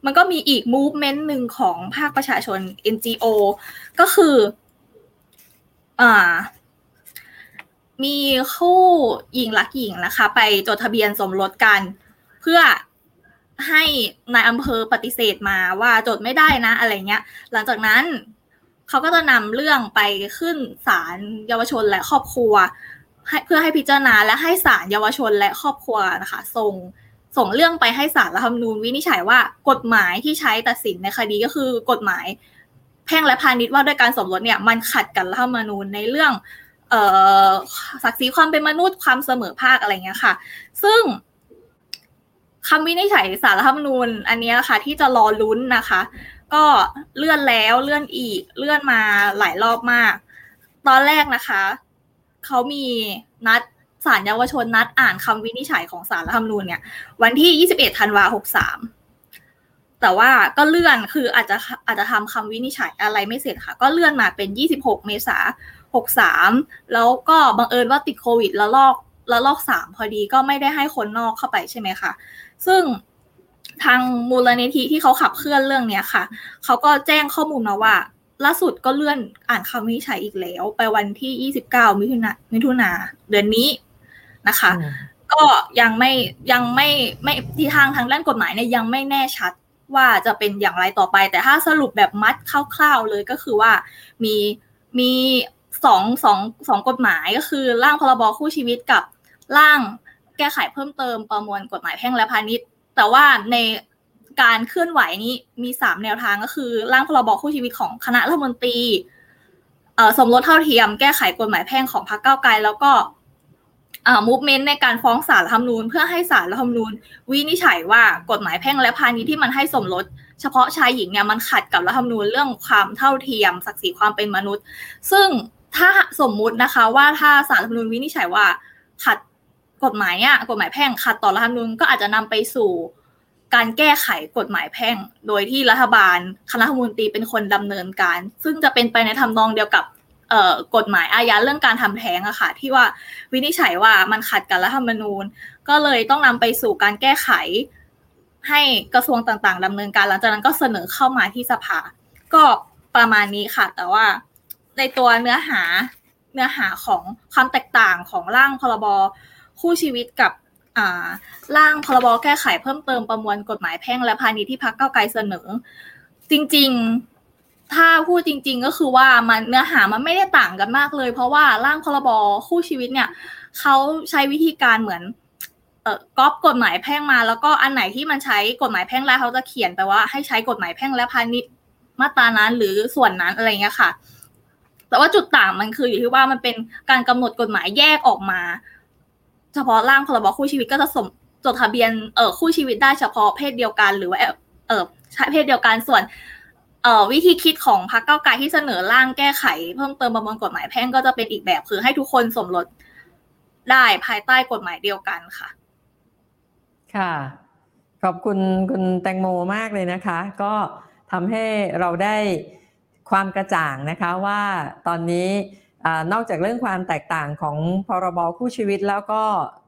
มันก็มีอีก movement นึงของภาคประชาชน เอ็น จี โอ ก็คืออ่ามีคู่หญิงรักหญิงนะคะไปจดทะเบียนสมรสกันเพื่อให้นายอำเภอปฏิเสธมาว่าจดไม่ได้นะอะไรเงี้ยหลังจากนั้นเขาก็จะนำเรื่องไปขึ้นศาลเยาวชนและครอบครัวให้เพื่อให้พิจารณาและให้ศาลเยาวชนและครอบครัวนะคะส่งส่งเรื่องไปให้ศาลรัฐธรรมนูญวินิจฉัยว่ากฎหมายที่ใช้ตัดสินในคดีก็คือกฎหมายแพ่งและพาณิชย์ว่าด้วยการสมรสเนี่ยมันขัดกับรัฐธรรมนูญในเรื่องเอ่อศักดิ์ศรีความเป็นมนุษย์ความเสมอภาคอะไรเงี้ยค่ะซึ่งคำวินิจฉัยศาลรัฐธรรมนูญอันนี้ค่ะที่จะรอลุ้นนะคะก็เลื่อนแล้วเลื่อนอีกเลื่อนมาหลายรอบมากตอนแรกนะคะเขามีนัดศาลเยาวชนนัดอ่านคำวินิจฉัยของศาลรัฐธรรมนูญเนี่ยวันที่ยี่สิบเอ็ดธันวาคมหกสามแต่ว่าก็เลื่อนคืออาจจะอาจจะทำคำวินิจฉัยอะไรไม่เสร็จค่ะก็เลื่อนมาเป็นยี่สิบหกเมษายนหกสามแล้วก็บังเอิญว่าติดโควิดแล้วลอกแล้วลอกสามพอดีก็ไม่ได้ให้คนนอกเข้าไปใช่ไหมคะซึ่งทางมูลนิธิที่เขาขับเคลื่อนเรื่องนี้ค่ะเขาก็แจ้งข้อมูลมาว่าล่าสุดก็เลื่อนอ่านคำวินิจฉัยอีกแล้วไปวันที่ยี่สิบเก้ามิถุนายนมิถุนาเดือนนี้นะคะก็ยังไม่ยังไม่ไม่ที่ทางทางด้านกฎหมายเนี่ยยังไม่แน่ชัดว่าจะเป็นอย่างไรต่อไปแต่ถ้าสรุปแบบมัดคร่าวๆเลยก็คือว่ามีมีสองสองสองกฎหมายก็คือร่างพรบคู่ชีวิตกับร่างแก้ไขเพิ่มเติมประมวลกฎหมายแพ่งและพาณิชย์แต่ว่าในการเคลื่อนไหวนี้มีสามแนวทางก็คือร่างพรบคู่ชีวิตของคณะรัฐมนตรีเอ่อสมรสเท่าเทียมแก้ไขกฎหมายแพ่งของพรรคก้าวไกลแล้วก็อ่า movement ในการฟ้องศาลรัฐธรรมนูญเพื่อให้ศาลรัฐธรรมนูญวินิจฉัยว่ากฎหมายแพ่งและพาณิชย์ที่มันให้สมรสเฉพาะชายหญิงเนี่ยมันขัดกับรัฐธรรมนูญเรื่องความเท่าเทียมศักดิ์ศรีความเป็นมนุษย์ซึ่งถ้าสมมุตินะคะว่าถ้าศาลรัฐธรรมนูญวินิจฉัยว่าขัดกฎหมายเนี่ยกฎหมายแพ่งขัดต่อรัฐธรรมนูญก็อาจจะนำไปสู่การแก้ไขกฎหมายแพ่งโดยที่รัฐบาลคณะรัฐมนตรีเป็นคนดำเนินการซึ่งจะเป็นไปในทำนองเดียวกับเอ่อกฎหมายอาญาเรื่องการทำแท้งอะค่ะที่ว่าวินิจฉัยว่ามันขัดกับรัฐธรรมนูญก็เลยต้องนำไปสู่การแก้ไขให้กระทรวงต่างๆดำเนินการหลังจากนั้นก็เสนอเข้ามาที่สภาก็ประมาณนี้ค่ะแต่ว่าในตัวเนื้อหาเนื้อหาของความแตกต่างของร่างพรบคู่ชีวิตกับอ่าร่างพรบแก้ไขเพิ่มเติมประมวลกฎหมายแพ่งและพาณิชย์ที่พรรคก้าวไกลเสนอจริงๆถ้าพูดจริงๆก็คือว่ามันเนื้อหามันไม่ได้ต่างกันมากเลยเพราะว่าร่างพรบคู่ชีวิตเนี่ยเขาใช้วิธีการเหมือนเอ่อก๊อปกฎหมายแพ่งมาแล้วก็อันไหนที่มันใช้กฎหมายแพ่งแล้วเขาจะเขียนไปว่าให้ใช้กฎหมายแพ่งและพาณิชย์มาตรานั้นหรือส่วนนั้นอะไรเงี้ยค่ะแต่ว่าจุดต่างมันคืออยู่ที่ว่ามันเป็นการกำหนดกฎหมายแยกออกมาเฉพาะร่างพรบคู่ชีวิตก็จะสมจดทะเบียนเอ่อคู่ชีวิตได้เฉพาะเพศเดียวกันหรือว่าเอ่อใช่เพศเดียวกันส่วนเอ่อวิธีคิดของพรรคก้าวไกลที่เสนอร่างแก้ไขเพิ่มเติมประมวลกฎหมายแพ่งก็จะเป็นอีกแบบคือให้ทุกคนสมรสได้ภายใต้กฎหมายเดียวกันค่ะค่ะขอบคุณคุณแตงโมมากเลยนะคะก็ทำให้เราได้ความกระจ่างนะคะว่าตอนนี้นอกจากเรื่องความแตกต่างของพรบคู่ชีวิตแล้วก็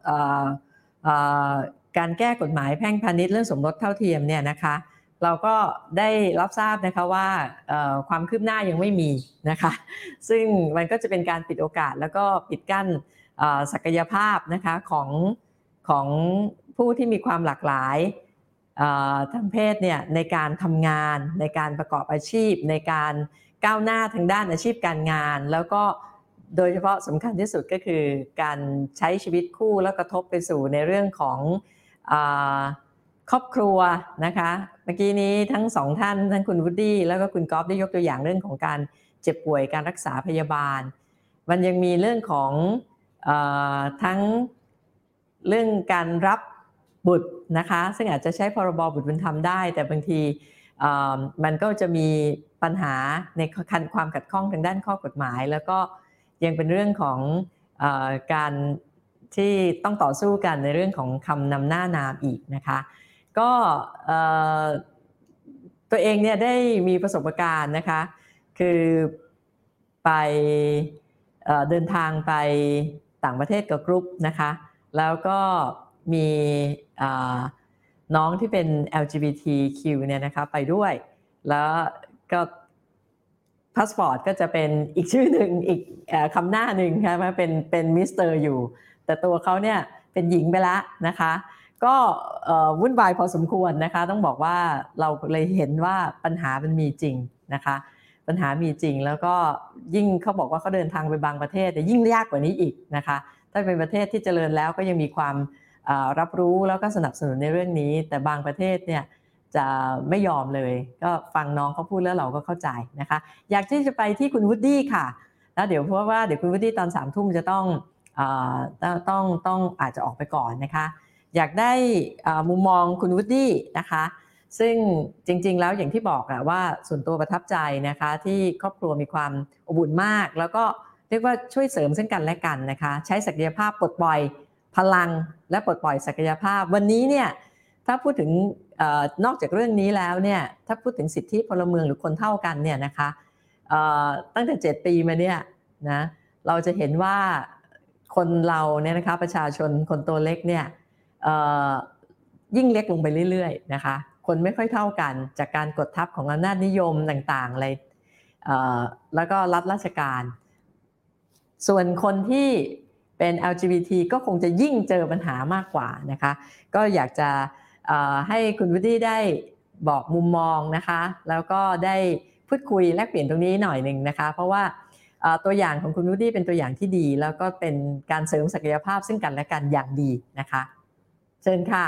การแก้กฎหมายแพ่งพาณิชย์เรื่องสมรสเท่าเทียมเนี่ยนะคะเราก็ได้รับทราบนะคะว่าความคืบหน้ายังไม่มีนะคะซึ่งมันก็จะเป็นการปิดโอกาสแล้วก็ปิดกั้นศักยภาพนะคะของของผู้ที่มีความหลากหลายทางเพศเนี่ยในการทำงานในการประกอบอาชีพในการก้าวหน้าทางด้านอาชีพการงานแล้วก็โดยเฉพาะสำคัญที่สุดก็คือการใช้ชีวิตคู่แล้วกระทบไปสู่ในเรื่องของครอบครัวนะคะเมื่อกี้นี้ทั้งสองท่านทั้งคุณวูดดี้แล้วก็คุณก๊อฟได้ยกตัวอย่างเรื่องของการเจ็บป่วยการรักษาพยาบาลมันยังมีเรื่องของเอ่อทั้งเรื่องการรับบุตรนะคะซึ่งอาจจะใช้พรบบุตรบุญธรรมได้แต่บางทีมันก็จะมีปัญหาในความขัดข้องทางด้านข้อกฎหมายแล้วก็ยังเป็นเรื่องของเอ่อการที่ต้องต่อสู้กันในเรื่องของคำนำหน้านามอีกนะคะก็ตัวเองเนี่ยได้มีประสบการณ์นะคะคือไปเอ่อเดินทางไปต่างประเทศกับกรุ๊ปนะคะแล้วก็มีน้องที่เป็น แอล จี บี ที คิว เนี่ยนะคะไปด้วยแล้วก็พาสปอร์ตก็จะเป็นอีกชื่อหนึ่งอีกคำหน้าหนึ่งค่ะเป็นเป็นมิสเตอร์อยู่แต่ตัวเขาเนี่ยเป็นหญิงไปแล้วนะคะก็วุ่นวายพอสมควรนะคะต้องบอกว่าเราเลยเห็นว่าปัญหามันมีจริงนะคะปัญหามีจริงแล้วก็ยิ่งเขาบอกว่าเขาเดินทางไปบางประเทศแต่ยิ่งยากกว่านี้อีกนะคะถ้าเป็นประเทศที่เจริญแล้วก็ยังมีความรับรู้แล้วก็สนับสนุนในเรื่องนี้แต่บางประเทศเนี่ยจะไม่ยอมเลยก็ฟังน้องเขาพูดแล้วเราก็เข้าใจนะคะอยากที่จะไปที่คุณวูดดี้ค่ะแล้วเดี๋ยวเพราะว่าเดี๋ยวคุณวูดดี้ตอนสามทุ่มจะต้องต้องต้องอาจจะออกไปก่อนนะคะอยากได้มุมมองคุณวูดดี้นะคะซึ่งจริงๆแล้วอย่างที่บอกอะว่าส่วนตัวประทับใจนะคะที่ครอบครัวมีความอบอุ่นมากแล้วก็เรียกว่าช่วยเสริมซึ่งกันและกันนะคะใช้ศักยภาพปลดปล่อยพลังและปลดปล่อยศักยภาพวันนี้เนี่ยถ้าพูดถึงเอ่อนอกจากเรื่องนี้แล้วเนี่ยถ้าพูดถึงสิทธิพลเมืองหรือคนเท่ากันเนี่ยนะคะเอ่อตั้งแต่เจ็ดปีมาเนี่ยนะเราจะเห็นว่าคนเราเนี่ยนะคะประชาชนคนตัวเล็กเนี่ยเอ่อยิ่งเล็กลงไปเรื่อยๆนะคะคนไม่ค่อยเท่ากันจากการกดทับของอำนาจนิยมต่างๆอะไรเอ่อแล้วก็รัฐราชการส่วนคนที่เป็น แอล จี บี ที ก็คงจะยิ่งเจอปัญหามากกว่านะคะก็อยากจะให้คุณวูดดี้ได้บอกมุมมองนะคะแล้วก็ได้พูดคุยแลกเปลี่ยนตรงนี้หน่อยหนึ่งนะคะเพราะว่าตัวอย่างของคุณวูดดี้เป็นตัวอย่างที่ดีแล้วก็เป็นการเสริมศักยภาพซึ่งกันและกันอย่างดีนะคะเชิญค่ะ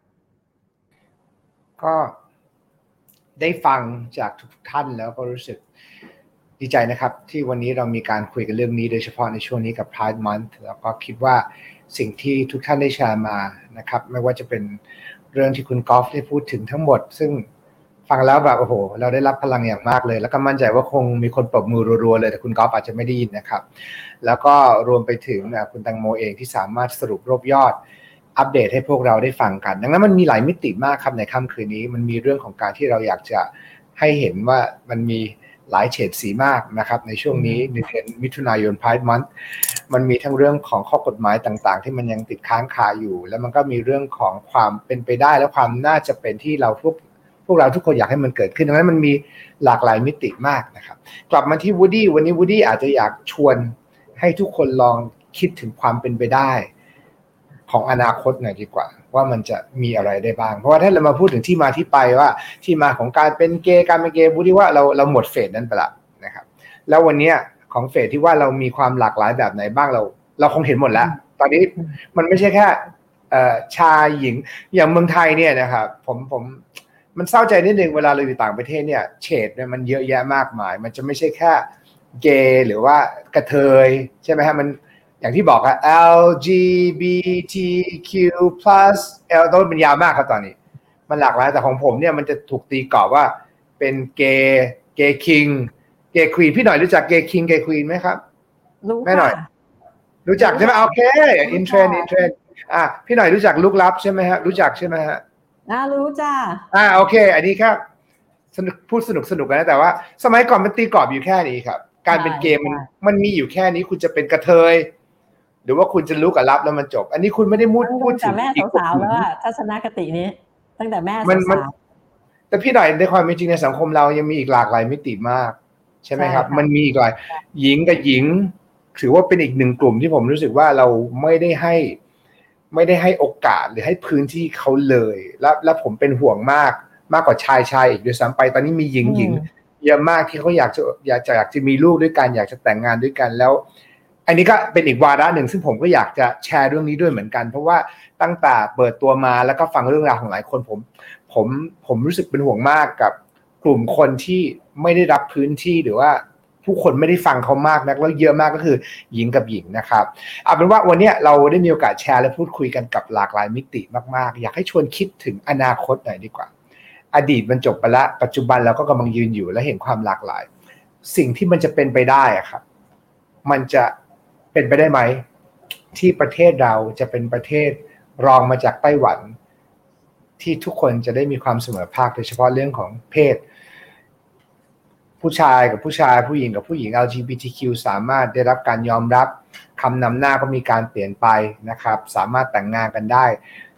ก็ได้ฟังจากทุกท่านแล้วก็รู้สึกดีใจนะครับที่วันนี้เรามีการคุยกันเรื่องนี้โดยเฉพาะในช่วงนี้กับ Pride Month แล้วก็คิดว่าสิ่งที่ทุกท่านได้แชร์มานะครับไม่ว่าจะเป็นเรื่องที่คุณกอล์ฟได้พูดถึงทั้งหมดซึ่งฟังแล้วแบบโอ้โหเราได้รับพลังอย่างมากเลยแล้วก็มั่นใจว่าคงมีคนปรบมือรัวๆเลยแต่คุณกอล์ฟอาจจะไม่ได้ยินนะครับแล้วก็รวมไปถึงคุณแตงโมเองที่สามารถสรุปรวบยอดอัปเดตให้พวกเราได้ฟังกันดังนั้นมันมีหลายมิติมากครับในค่ำคืนนี้มันมีเรื่องของการที่เราอยากจะให้เห็นว่ามันมีหลายเฉดสีมากนะครับในช่วงนี้ในเดือนมิถุนายน Pride Month มันมีทั้งเรื่องของข้อกฎหมายต่างๆที่มันยังติดค้างคาอยู่แล้วมันก็มีเรื่องของความเป็นไปได้และความน่าจะเป็นที่เราพวกพวกเราทุกคนอยากให้มันเกิดขึ้นดังนั้นมันมีหลากหลายมิติมากนะครับกลับมาที่วูดดี้วันนี้วูดดี้อาจจะอยากชวนให้ทุกคนลองคิดถึงความเป็นไปได้ของอนาคตหน่อยดีกว่าว่ามันจะมีอะไรได้บ้างเพราะว่าถ้าเรามาพูดถึงที่มาที่ไปว่าที่มาของการเป็นเกย์การเป็นเกย์วูดดี้ว่าเราเราหมดเฟสนั้นไปละนะครับแล้ววันนี้ของเฟสที่ว่าเรามีความหลากหลายแบบไหนบ้างเราเราคงเห็นหมดแล้วตอนนี้มันไม่ใช่แค่ชายหญิงอย่างเมืองไทยเนี่ยนะครับผมผมมันเศร้าใจนิดนึงเวลาเราอยู่ต่างประเทศเนี่ยเฉดเนี่ยมันเยอะแยะมากมายมันจะไม่ใช่แค่เกย์หรือว่ากระเทยใช่ไหมฮะมันอย่างที่บอกอะ แอล จี บี ที คิว พลัส L ต้นเป็นยาวมากครับตอนนี้มันหลากหลายแต่ของผมเนี่ยมันจะถูกตีกรอบว่าเป็นเกย์เกย์คิงเกย์ควีนพี่หน่อยรู้จักเกย์คิงเกย์ควีนไหมครับรู้ไม่หน่อยรู้จักใช่ไหมโอเคอินเทรนด์อินเทรนด์อ่ะพี่หน่อยรู้จักลุกลับใช่ไหมฮะรู้จักใช่ไหมฮะอ่ารู้จ้าอ่าโอเคอันนี้ครับสนุกพูดสนุกสนุกกันนะแต่ว่าสมัยก่อนมันตีกรอบอยู่แค่นี้ครับการเป็นเกย์มันมันมีอยู่แค่นี้คุณจะเป็นกระเทยหรือว่าคุณจะลุกกับรับแล้วมันจบอันนี้คุณไม่ได้พูดพูดถึงแม่สาวๆแล้วอะทัศนคตินี้ตั้งแต่แม่สาวๆแต่พี่หน่อยในความเป็นจริงในสังคมเรายังมีอีกหลากหลายมิติมากใช่ไหมครับมันมีอีกหลายหญิงกับหญิงถือว่าเป็นอีกหนึ่งกลุ่มที่ผมรู้สึกว่าเราไม่ได้ให้ไม่ได้ให้โอกาสหรือให้พื้นที่เขาเลยและและผมเป็นห่วงมากมากกว่าชายชายอีกด้วยซ้ำไปตอนนี้มีหญิงหญิงเยอะมากที่เขาอยากจะอยากจะอยากจะมีลูกด้วยกันอยากจะแต่งงานด้วยกันแล้วอันนี้ก็เป็นอีกวาระหนึ่งซึ่งผมก็อยากจะแชร์เรื่องนี้ด้วยเหมือนกันเพราะว่าตั้งแต่เปิดตัวมาแล้วก็ฟังเรื่องราวของหลายคนผมผมผมรู้สึกเป็นห่วงมากกับกลุ่มคนที่ไม่ได้รับพื้นที่หรือว่าผู้คนไม่ได้ฟังเขามากนักแล้วเยอะมากก็คือหญิงกับหญิงนะครับเอาเป็นว่าวันนี้เราได้มีโอกาสแชร์และพูดคุยกันกับหลากหลายมิติมากๆอยากให้ชวนคิดถึงอนาคตหน่อยดีกว่าอดีตมันจบไปแล้วปัจจุบันเราก็กำลังยืนอยู่และเห็นความหลากหลายสิ่งที่มันจะเป็นไปได้อะครับมันจะเป็นไปได้ไหมที่ประเทศเราจะเป็นประเทศรองมาจากไต้หวันที่ทุกคนจะได้มีความเสมอภาคโดยเฉพาะเรื่องของเพศผู้ชายกับผู้ชายผู้หญิงกับผู้หญิง แอล จี บี ที คิว สามารถได้รับการยอมรับคำนำหน้าก็มีการเปลี่ยนไปนะครับสามารถแต่งงานกันได้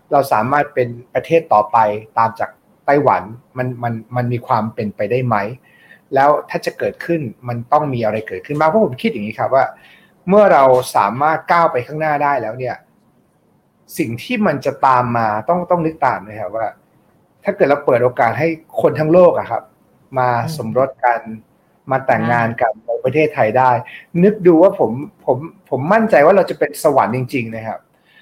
เราสามารถเป็นประเทศต่อไปตามจากไต้หวันมันมันมันมีความเป็นไปได้ไหมแล้วถ้าจะเกิดขึ้นมันต้องมีอะไรเกิดขึ้นบ้างเพราะผมคิดอย่างนี้ครับว่าเมื่อเราสามารถก้าวไปข้างหน้าได้แล้วเนี่ยสิ่งที่มันจะตามมาต้องต้องนึกตามนะครับว่าถ้าเกิดเราเปิดโอกาสให้คนทั้งโลกอะครับมาสมรสกันมาแต่งงานกันในประเทศไทยได้นึกดูว่าผมผมผมมั่นใจว่าเราจะเป็นสวรรค์จริงๆนะครับ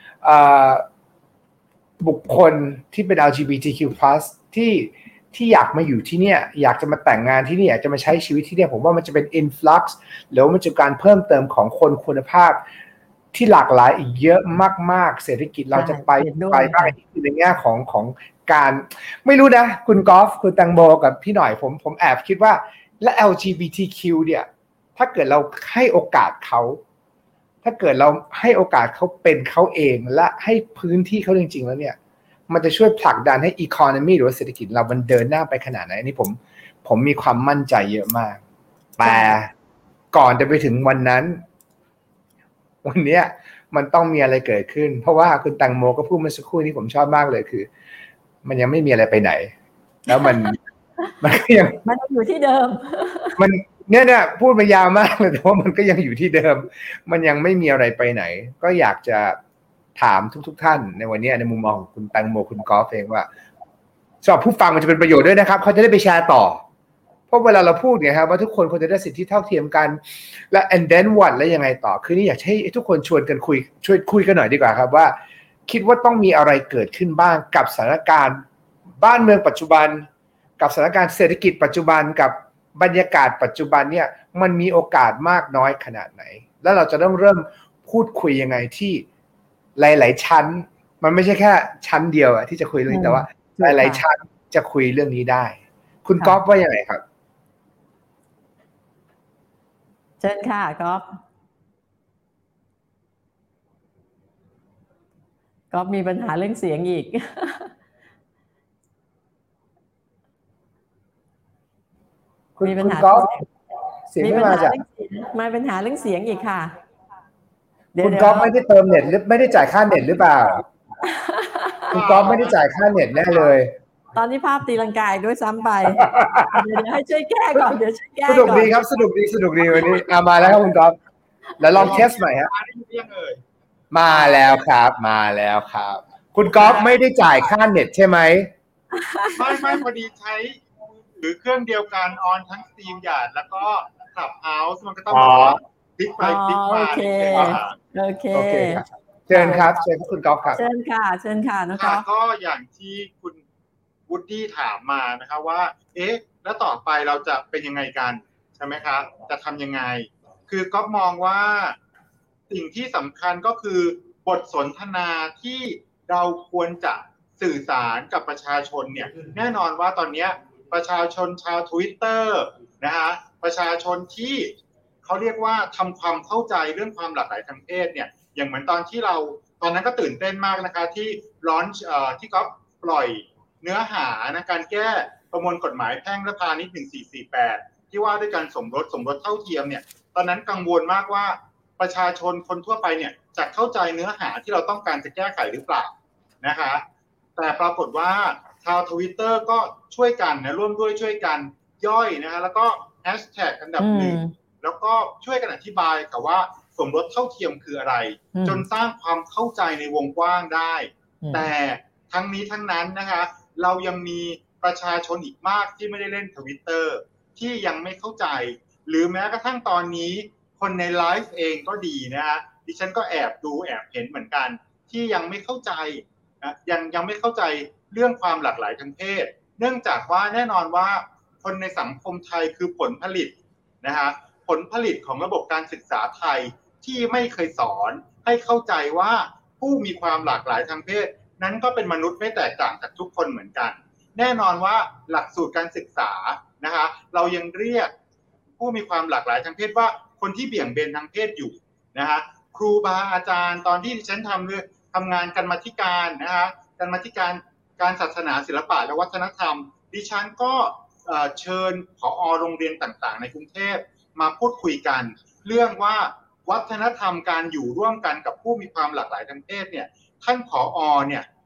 บุคคลที่เป็น แอล จี บี ที คิว พลัส ที่ที่อยากมาอยู่ที่เนี่ยอยากจะมาแต่งงานที่นี่อยากจะมาใช้ชีวิตที่เนี่ยผมว่ามันจะเป็น influx หรือมันจะการเพิ่มเติมของคนคุณภาพที่หลากหลายอีกเยอะมากๆเศรษฐกิจเราจะไปไปบ้างที่ในแง่ของของการไม่รู้นะคุณกอล์ฟคุณแตงโมกับพี่หน่อยผมผมแอบคิดว่าและ แอล จี บี ที คิว เนี่ยถ้าเกิดเราให้โอกาสเขาถ้าเกิดเราให้โอกาสเขาเป็นเขาเองและให้พื้นที่เขาจริงๆแล้วเนี่ยมันจะช่วยผลักดันให้ economy หรือว่าเศรษฐกิจเรามันเดินหน้าไปขนาดไหนอันนี้ผมผมมีความมั่นใจเยอะมากแต่ก่อนจะไปถึงวันนั้นวันนี้มันต้องมีอะไรเกิดขึ้นเพราะว่าคุณแตงโมก็พูดเมื่อสักครู่นี้ผมชอบมากเลยคือมันยังไม่มีอะไรไปไหนแล้วมันมันก็ยังมันอยู่ที่เดิมมันเนี่ยเนี่ยพูดมายาวมากเลยแต่ว่ามันก็ยังอยู่ที่เดิมมันยังไม่มีอะไรไปไหนก็อยากจะถามทุกๆท่านในวันนี้ในมุมมองของคุณแตงโมคุณกอล์ฟเองว่าสำหรับผู้ฟังมันจะเป็นประโยชน์ด้วยนะครับเขาจะได้ไปแชร์ต่อเพราะเวลาเราพูดเนี่ยครับว่าทุกคนควรจะได้สิทธิเท่าเทียมกันและ and then what แล้วยังไงต่อคือนี่อยากให้ทุกคนชวนกันคุยช่วยคุยกันหน่อยดีกว่าครับว่าคิดว่าต้องมีอะไรเกิดขึ้นบ้างกับสถานการณ์บ้านเมืองปัจจุบันกับสถานการณ์เศรษฐกิจปัจจุบันกับบรรยากาศปัจจุบันเนี่ยมันมีโอกาสมากน้อยขนาดไหนแล้วเราจะต้องเริ่มพูดคุยยังไงที่หลายๆชั้นมันไม่ใช่แค่ชั้นเดียวอะที่จะคุยเรื่องนี้แต่ว่าหลายๆชั้นจะคุยเรื่องนี้ได้คุณก๊อฟว่ายังไงครับเชิญค่ะก๊อฟก๊อฟมีปัญหาเรื่องเสียงอีกมีปัญหาก๊อฟเสียงไม่มาจากมาปัญหาเรื่องเสียงอีกค่ะคุณก๊อฟไม่ได้เติมเน็ตหรือไม่ได้จ่ายค่าเน็ตหรือเปล่าคุณก๊อฟไม่ได้จ่ายค่าเน็ตแน่เลยตอนนี้ภาพตีลังกาด้วยซ้ำไปเดี๋ยวให้ช่วยแก้ก่อนเดี๋ยวช่วยแก้ก่อนสนุกดีครับสนุกดีสนุกดีวันนี้เอามาแล้วครับคุณก๊อฟแล้วลองเทสใหม่ฮะมาแล้วครับมาแล้วครับคุณก๊อฟไม่ได้จ่ายค่าเน็ตใช่ไหมไม่ไม่พอดีใช้หรือเครื่องเดียวกันออนทั้ง Steam หยาดแล้วก็ Clubhouse มันก็ต้องแบบว่าคลิกไปคลิกมาโอเคโอเคโอเคเชิญครับเชิญคุณก๊อฟครับเชิญค่ะเชิญค่ะนะคะก็อย่างที่คุณวูดดี้ถามมานะคะว่าเอ๊ะแล้วต่อไปเราจะเป็นยังไงกันใช่ไหมครับจะทำยังไงคือก๊อฟมองว่าสิ่งที่สำคัญก็คือบทสนทนาที่เราควรจะสื่อสารกับประชาชนเนี่ยแน่นอนว่าตอนนี้ประชาชนชาว Twitter นะฮะประชาชนที่เขาเรียกว่าทำความเข้าใจเรื่องความหลากหลายทางเพศเนี่ยอย่างเหมือนตอนที่เราตอนนั้นก็ตื่นเต้นมากนะคะที่ลอนช์ที่ก๊อฟปล่อยเนื้อหาในการแก้ประมวลกฎหมายแพ่งและพาณิชย์หนึ่งสี่สี่แปดที่ว่าด้วยการสมรสสมรสเท่าเทียมเนี่ยตอนนั้นกังวลมากว่าประชาชนคนทั่วไปเนี่ยจะเข้าใจเนื้อหาที่เราต้องการจะแก้ไขหรือเปล่านะคะแต่ปรากฏว่าชาว Twitter ก็ช่วยกันนะร่วมด้วยช่วยกันย่อยนะฮะแล้วก็แฮชแท็กอันดับหนึ่งแล้วก็ช่วยกันอธิบายค่ะว่าสมรสเท่าเทียมคืออะไรจนสร้างความเข้าใจในวงกว้างได้แต่ทั้งนี้ทั้งนั้นนะคะเรายังมีประชาชนอีกมากที่ไม่ได้เล่น Twitter ที่ยังไม่เข้าใจหรือแม้กระทั่งตอนนี้คนในไลฟ์เองก็ดีนะฮะดิฉันก็แอบดูแอบเห็นเหมือนกันที่ยังไม่เข้าใจนะยังยังไม่เข้าใจเรื่องความหลากหลายทางเพศเนื่องจากว่าแน่นอนว่าคนในสังคมไทยคือผลผลิตนะฮะผลผลิตของระบบการศึกษาไทยที่ไม่เคยสอนให้เข้าใจว่าผู้มีความหลากหลายทางเพศนั้นก็เป็นมนุษย์ไม่แตกต่างจากทุกคนเหมือนกันแน่นอนว่าหลักสูตรการศึกษานะคะเรายังเรียกผู้มีความหลากหลายทางเพศว่าคนที่เบี่ยงเบนทางเพศอยู่นะฮะครูบาอาจารย์ตอนที่ฉันทำเรื่องทำงานกรรมาธิการนะฮะกรรมาธิการการศาสนาศิลปะและวัฒนธรรมดิฉันก็เชิญผอ.โรงเรียนต่างๆในกรุงเทพมาพูดคุยกันเรื่องว่าวัฒนธรรมการอยู่ร่วมกันกับผู้มีความหลากหลายทางเพศเนี่ยท่านผอ.เนี่ย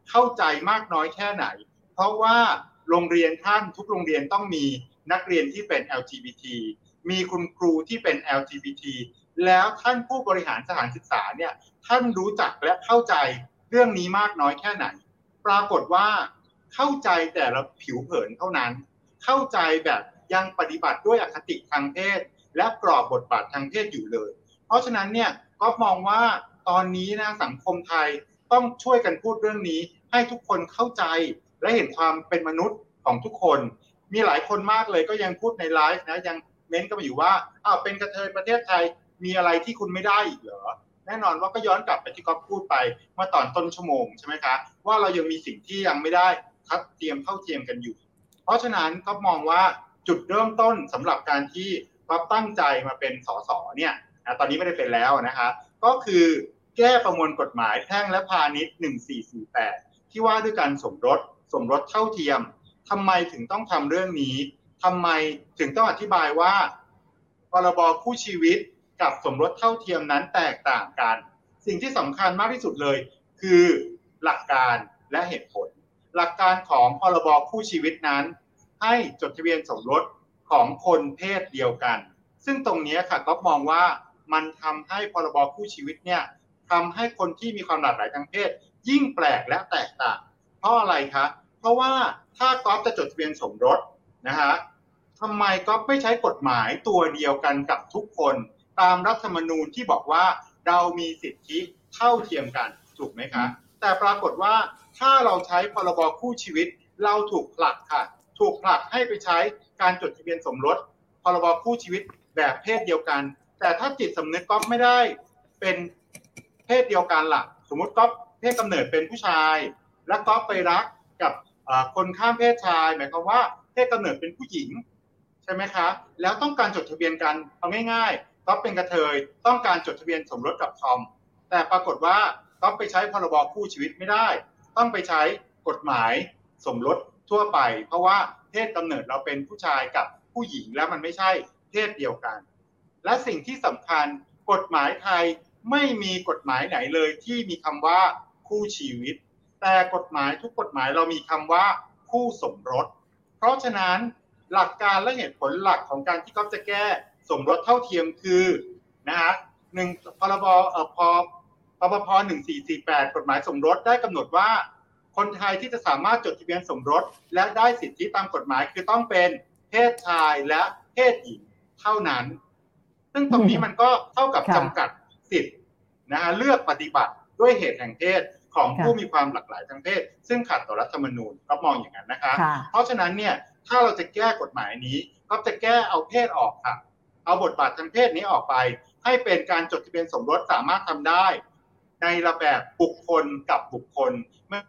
เข้าใจมากน้อยแค่ไหนเพราะว่าโรงเรียนท่านทุกโรงเรียนต้องมีนักเรียนที่เป็น แอล จี บี ที มีคุณครูที่เป็น แอล จี บี ที แล้วท่านผู้บริหารสถานศึกษาเนี่ยท่านรู้จักและเข้าใจเรื่องนี้มากน้อยแค่ไหนปรากฏว่าเข้าใจแต่ละผิวเผินเท่านั้นเข้าใจแบบยังปฏิบัติด้วยอคติทางเพศและกรอบบทบาททางเพศอยู่เลยเพราะฉะนั้นเนี่ยก็มองว่าตอนนี้นะสังคมไทยต้องช่วยกันพูดเรื่องนี้ให้ทุกคนเข้าใจและเห็นความเป็นมนุษย์ของทุกคนมีหลายคนมากเลยก็ยังพูดในไลฟ์นะยังเม้นต์กันมาอยู่ว่าอ้าวเป็นกระเทยประเทศไทยมีอะไรที่คุณไม่ได้อีกเหรอแน่นอนว่าก็ย้อนกลับไปที่ก๊อฟพูดไปเมื่อตอนต้นชั่วโมงใช่ไหมคะว่าเรายังมีสิ่งที่ยังไม่ได้ทัดเทียมเท่าเทียมกันอยู่เพราะฉะนั้นก็มองว่าจุดเริ่มต้นสำหรับการที่ก๊อฟตั้งใจมาเป็นสสเนี่ยตอนนี้ไม่ได้เป็นแล้วนะคะก็คือแก้ประมวลกฎหมายแพ่งและพาณิชย์หนึ่งสี่สี่แปดที่ว่าด้วยการสมรสสมรสเท่าเทียมทำไมถึงต้องทำเรื่องนี้ทำไมถึงต้องอธิบายว่าพรบคู่ชีวิตกับสมรสเท่าเทียมนั้นแตกต่างกันสิ่งที่สำคัญมากที่สุดเลยคือหลักการและเหตุผลหลักการของพรบคู่ชีวิตนั้นให้จดทะเบียนสมรสของคนเพศเดียวกันซึ่งตรงนี้ค่ะก็มองว่ามันทำให้พรบคู่ชีวิตเนี่ยทำให้คนที่มีความหลากหลายทางเพศยิ่งแปลกและแตกต่างเพราะอะไรคะเพราะว่าถ้าก๊อฟจะจดทะเบียนสมรสนะฮะทำไมก๊อฟไม่ใช้กฎหมายตัวเดียวกันกับทุกคนตามรัฐธรรมนูญที่บอกว่าเรามีสิทธิเท่าเทียมกันถูกไหมคะแต่ปรากฏว่าถ้าเราใช้พรบคู่ชีวิตเราถูกผลักค่ะถูกผลักให้ไปใช้การจดทะเบียนสมรสพรบคู่ชีวิตแบบเพศเดียวกันแต่ถ้าจิตสำนึกก๊อฟไม่ได้เป็นเพศเดียวกันล่ะสมมติก๊อฟเพศกำเนิดเป็นผู้ชายแล้วก๊อฟไปรักกับคนข้ามเพศชายหมายความว่าเพศกำเนิดเป็นผู้หญิงใช่ไหมคะแล้วต้องการจดทะเบียนกันเอาง่ายๆก๊อฟเป็นกระเทยต้องการจดทะเบียนสมรสกับทอมแต่ปรากฏว่าก๊อฟไปใช้พรบคู่ชีวิตไม่ได้ต้องไปใช้กฎหมายสมรสทั่วไปเพราะว่าเพศกำเนิดเราเป็นผู้ชายกับผู้หญิงแล้วมันไม่ใช่เพศเดียวกันและสิ่งที่สำคัญกฎหมายไทยไม่มีกฎหมายไหนเลยที่มีคำว่าคู่ชีวิตแต่กฎหมายทุกกฎหมายเรามีคำว่าคู่สมรสเพราะฉะนั้นหลักการและเหตุผลหลักของการที่ก๊อฟจะแก้สมรสเท่าเทียมคือนะฮะหนึ่งพรบเอ่อพปปพหนึ่งสี่สี่แปดกฎหมายสมรสได้กำหนดว่าคนไทยที่จะสามารถจดทะเบียนสมรสและได้สิทธิตามกฎหมายคือต้องเป็นเพศชายและเพศหญิงเท่านั้นซึ่งตรงนี้มันก็เท่ากับจำกัดสิทธิ์นะฮะเลือกปฏิบัติด้วยเหตุแห่งเพศของผู้มีความหลากหลายทางเพศซึ่งขัดต่อรัฐธรรมนูญก็มองอย่างนั้นนะคะเพราะฉะนั้นเนี่ยถ้าเราจะแก้กฎหมายนี้ก็จะแก้เอาเพศออกค่ะเอาบทบาททางเพศนี้ออกไปให้เป็นการจดทะเบียนสมรสสามารถทำได้ในระแบบบุคคลกับบุคคล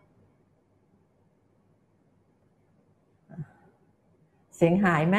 เสียงหายไหม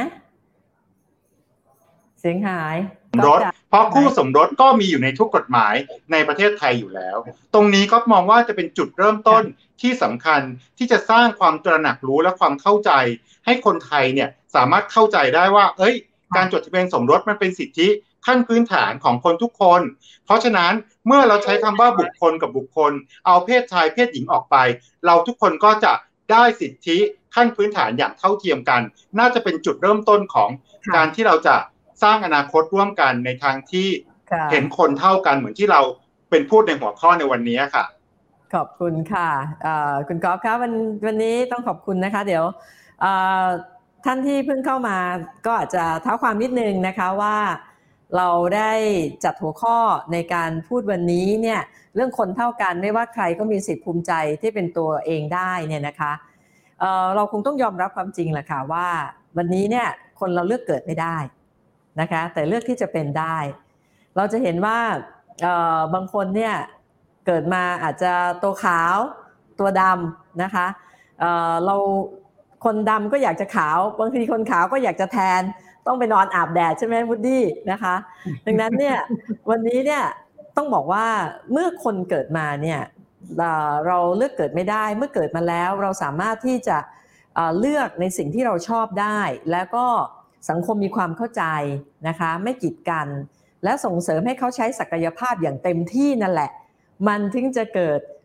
เสียงหายสมรสเพราะคู่สมรสก็มีอยู่ในทุกกฎหมายในประเทศไทยอยู่แล้วตรงนี้ก็มองว่าจะเป็นจุดเริ่มต้นที่สำคัญที่จะสร้างความตระหนักรู้และความเข้าใจให้คนไทยเนี่ยสามารถเข้าใจได้ว่าเอ้ยการจดทะเบียนสมรสมันเป็นสิทธิขั้นพื้นฐานของคนทุกคนเพราะฉะนั้นเมื่อเราใช้คำว่าบุคคลกับบุคคลเอาเพศชายเพศหญิงออกไปเราทุกคนก็จะได้สิทธิขั้นพื้นฐานอย่างเท่าเทียมกันน่าจะเป็นจุดเริ่มต้นของการที่เราจะสร้างอนาคตร่วมกันในทางที่เห็นคนเท่ากันเหมือนที่เราเป็นพูดในหัวข้อในวันนี้ค่ะขอบคุณค่ะคุณกอล์ฟครับวันวันนี้ต้องขอบคุณนะคะเดี๋ยวท่านที่เพิ่งเข้ามาก็อาจจะเท้าความนิดนึงนะคะว่าเราได้จัดหัวข้อในการพูดวันนี้เนี่ยเรื่องคนเท่ากันไม่ว่าใครก็มีสิทธิภูมิใจที่เป็นตัวเองได้เนี่ยนะคะเอ่อเราคงต้องยอมรับความจริงแหละค่ะว่าวันนี้เนี่ยคนเราเลือกเกิดไม่ได้นะคะแต่เลือกที่จะเป็นได้เราจะเห็นว่าเอ่อบางคนเนี่ยเกิดมาอาจจะตัวขาวตัวดำนะคะเอ่อเราคนดำก็อยากจะขาวบางทีคนขาวก็อยากจะแทนต้องไปนอนอาบแดดใช่ไหมวุฒินะคะดังนั้นเนี่ยวันนี้เนี่ยต้องบอกว่าเมื่อคนเกิดมาเนี่ยเราเลือกเกิดไม่ได้เมื่อเกิดมาแล้วเราสามารถที่จะเลือกในสิ่งที่เราชอบได้แล้วก็สังคมมีความเข้าใจนะคะไม่กีดกันและส่งเสริมให้เขาใช้ศักยภาพอย่างเต็มที่นั่นแหละมันถึงจะเกิด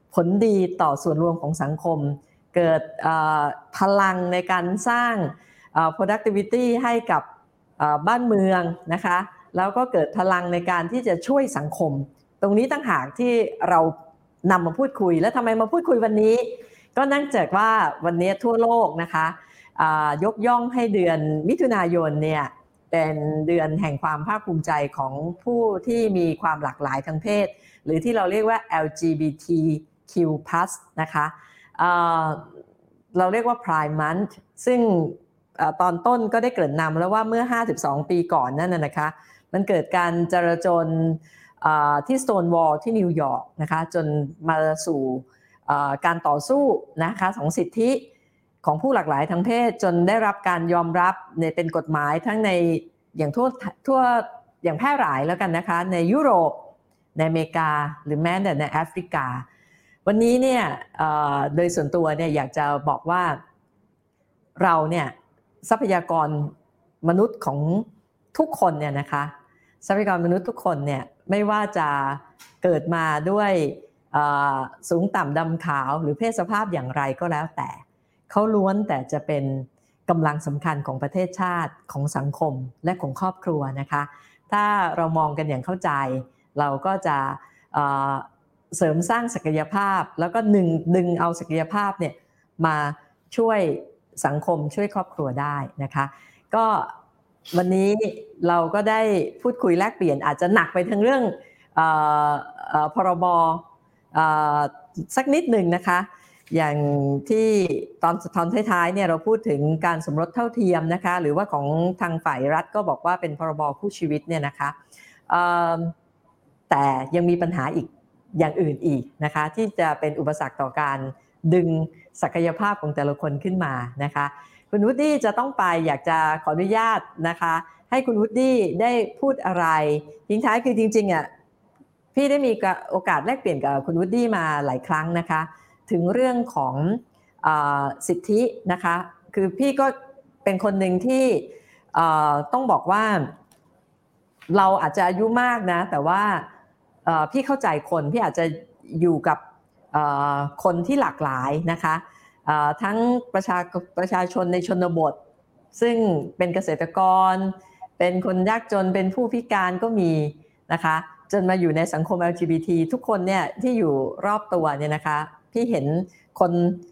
ผลดีต่อส่วนรวมของสังคมเกิดพลังในการสร้าง productivity ให้กับบ้านเมืองนะคะแล้วก็เกิดพลังในการที่จะช่วยสังคมตรงนี้ต่างหากที่เรานำมาพูดคุยและทำไมมาพูดคุยวันนี้ก็เนื่องจากว่าวันนี้ทั่วโลกนะคะยกย่องให้เดือนมิถุนายนเนี่ยเป็นเดือนแห่งความภาคภูมิใจของผู้ที่มีความหลากหลายทางเพศหรือที่เราเรียกว่า แอล จี บี ที คิว พลัส นะคะเอ่อเราเรียกว่า Pride Month ซึ่งตอนต้นก็ได้เกริ่นนำแล้วว่าเมื่อห้าสิบสองปีก่อนนั่นนะคะมันเกิดการจลาจลที่ Stonewall ที่นิวยอร์กนะคะจนมาสู่การต่อสู้นะคะของสิทธิของผู้หลากหลายทางเพศจนได้รับการยอมรับในเป็นกฎหมายทั้งในอย่างทั่วทั่วอย่างแพร่หลายแล้วกันนะคะในยุโรปในอเมริกาหรือแม้แต่ในแอฟริกาวันนี้เนี่ยโดยส่วนตัวเนี่ยอยากจะบอกว่าเราเนี่ยทรัพยากรมนุษย์ของทุกคนเนี่ยนะคะทรัพยากรมนุษย์ทุกคนเนี่ยไม่ว่าจะเกิดมาด้วยสูงต่ำดำขาวหรือเพศสภาพอย่างไรก็แล้วแต่เขาล้วนแต่จะเป็นกำลังสำคัญของประเทศชาติของสังคมและของครอบครัวนะคะถ้าเรามองกันอย่างเข้าใจเราก็จะเสริมสร้างศักยภาพแล้วก็ดึงดึงเอาศักยภาพเนี่ยมาช่วยสังคมช่วยครอบครัวได้นะคะก็วันนี้เราก็ได้พูดคุยแลกเปลี่ยนอาจจะหนักไปทั้งเรื่องเอ่อเอ่อพรบเอ่อสักนิดหนึ่งนะคะอย่างที่ตอนตอนท้ายๆเนี่ยเราพูดถึงการสมรสเท่าเทียมนะคะหรือว่าของทางฝ่ายรัฐก็บอกว่าเป็นพรบคู่ชีวิตเนี่ยนะคะเอ่อแต่ยังมีปัญหาอีกอย่างอื่นอีกนะคะที่จะเป็นอุปสรรคต่อการดึงศักยภาพของแต่ละคนขึ้นมานะคะคุณวูดดี้จะต้องไปอยากจะขออนุญาตนะคะให้คุณวูดดี้ได้พูดอะไรทิ้งท้ายคือจริงๆอ่ะพี่ได้มีโอกาสแลกเปลี่ยนกับคุณวูดดี้มาหลายครั้งนะคะถึงเรื่องของเอ่อสิทธินะคะคือพี่ก็เป็นคนหนึ่งที่เอ่อต้องบอกว่าเราอาจจะอายุมากนะแต่ว่าเอ่อพี่เข้าใจคนพี่อาจจะอยู่กับเอ่อคนที่หลากหลายนะคะทั้งประชาประชาชนในชนบทซึ่งเป็นเกษตรกรเป็นคนยากจนเป็นผู้พิการก็มีนะคะจนมาอยู่ในสังคม แอล จี บี ที ทุกคนเนี่ยที่อยู่รอบตัวเนี่ยนะคะพี่เห็นคน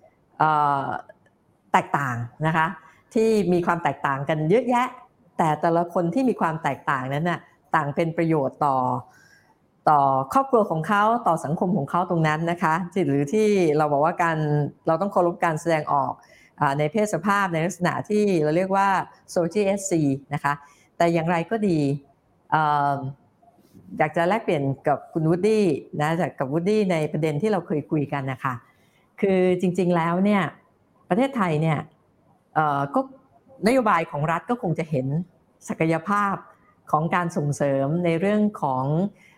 แตกต่างนะคะที่มีความแตกต่างกันเยอะแยะแต่แต่ละคนที่มีความแตกต่างนั้นน่ะต่างเป็นประโยชน์ต่อต่อครอบครัวของเขาต่อสังคมของเขาตรงนั้นนะคะหรือที่เราบอกว่าการเราต้องเคารพการแสดงออกในเพศสภาพในลักษณะที่เราเรียกว่า โซ จี เอส ซี นะคะแต่อย่างไรก็ดีอยากจะแลกเปลี่ยนกับคุณวูดดี้นะจากกับวูดดี้ในประเด็นที่เราเคยคุยกันนะคะคือจริงๆแล้วเนี่ยประเทศไทยเนี่ยก็นโยบายของรัฐก็คงจะเห็นศักยภาพของการส่งเสริมในเรื่องของ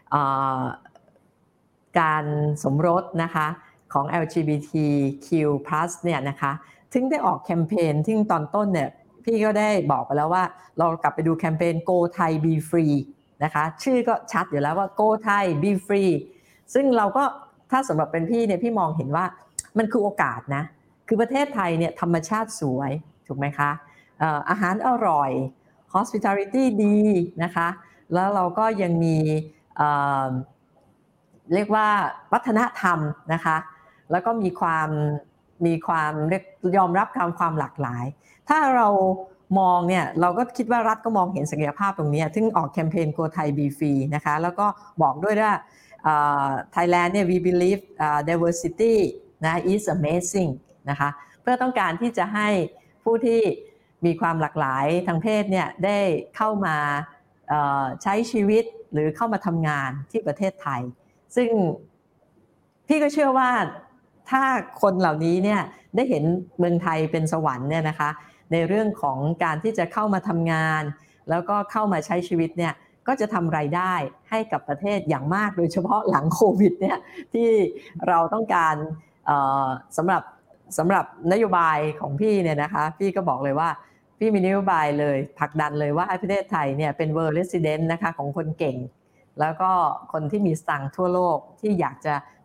การสมรสนะคะของ แอล จี บี ที คิว พลัส เนี่ยนะคะถึงได้ออกแคมเปญที่ตอนต้นเนี่ยพี่ก็ได้บอกไปแล้วว่าเรากลับไปดูแคมเปญ Go Thai Be Free นะคะชื่อก็ชัดอยู่แล้วว่า Go Thai Be Free ซึ่งเราก็ถ้าสำหรับเป็นพี่เนี่ยพี่มองเห็นว่ามันคือโอกาสนะคือประเทศไทยเนี่ยธรรมชาติสวยถูกไหมคะอาหารอร่อย hospitality ดีนะคะแล้วเราก็ยังมีเอ่อเรียกว่าวัฒนธรรมนะคะแล้วก็มีความมีความเรียกยอมรับความความหลากหลายถ้าเรามองเนี่ยเราก็คิดว่ารัฐก็มองเห็นศักยภาพตรงนี้ถึงออกแคมเปญ Go Thai Be Free นะคะแล้วก็บอกด้วยว่า Thailand เนี่ย we believe uh, diversity นะ is amazing นะคะเพื่อต้องการที่จะให้ผู้ที่มีความหลากหลายทางเพศเนี่ยได้เข้ามาใช้ชีวิตหรือเข้ามาทำงานที่ประเทศไทยซึ่งพี่ก็เชื่อว่าถ้าคนเหล่านี้เนี่ยได้เห็นเมืองไทยเป็นสวรรค์เนี่ยนะคะในเรื่องของการที่จะเข้ามาทำงานแล้วก็เข้ามาใช้ชีวิตเนี่ยก็จะทำรายได้ให้กับประเทศอย่างมากโดยเฉพาะหลังโควิดเนี่ยที่เราต้องการสำหรับสำหรับนโยบายของพี่เนี่ยนะคะพี่ก็บอกเลยว่าพี่มีนโยบายเลยผลักดันเลยว่าประเทศไทยเนี่ยเป็น World Resident นะคะของคนเก่งแล้วก็คนที่มีสตังค์ทั่วโลกที่อยากจะ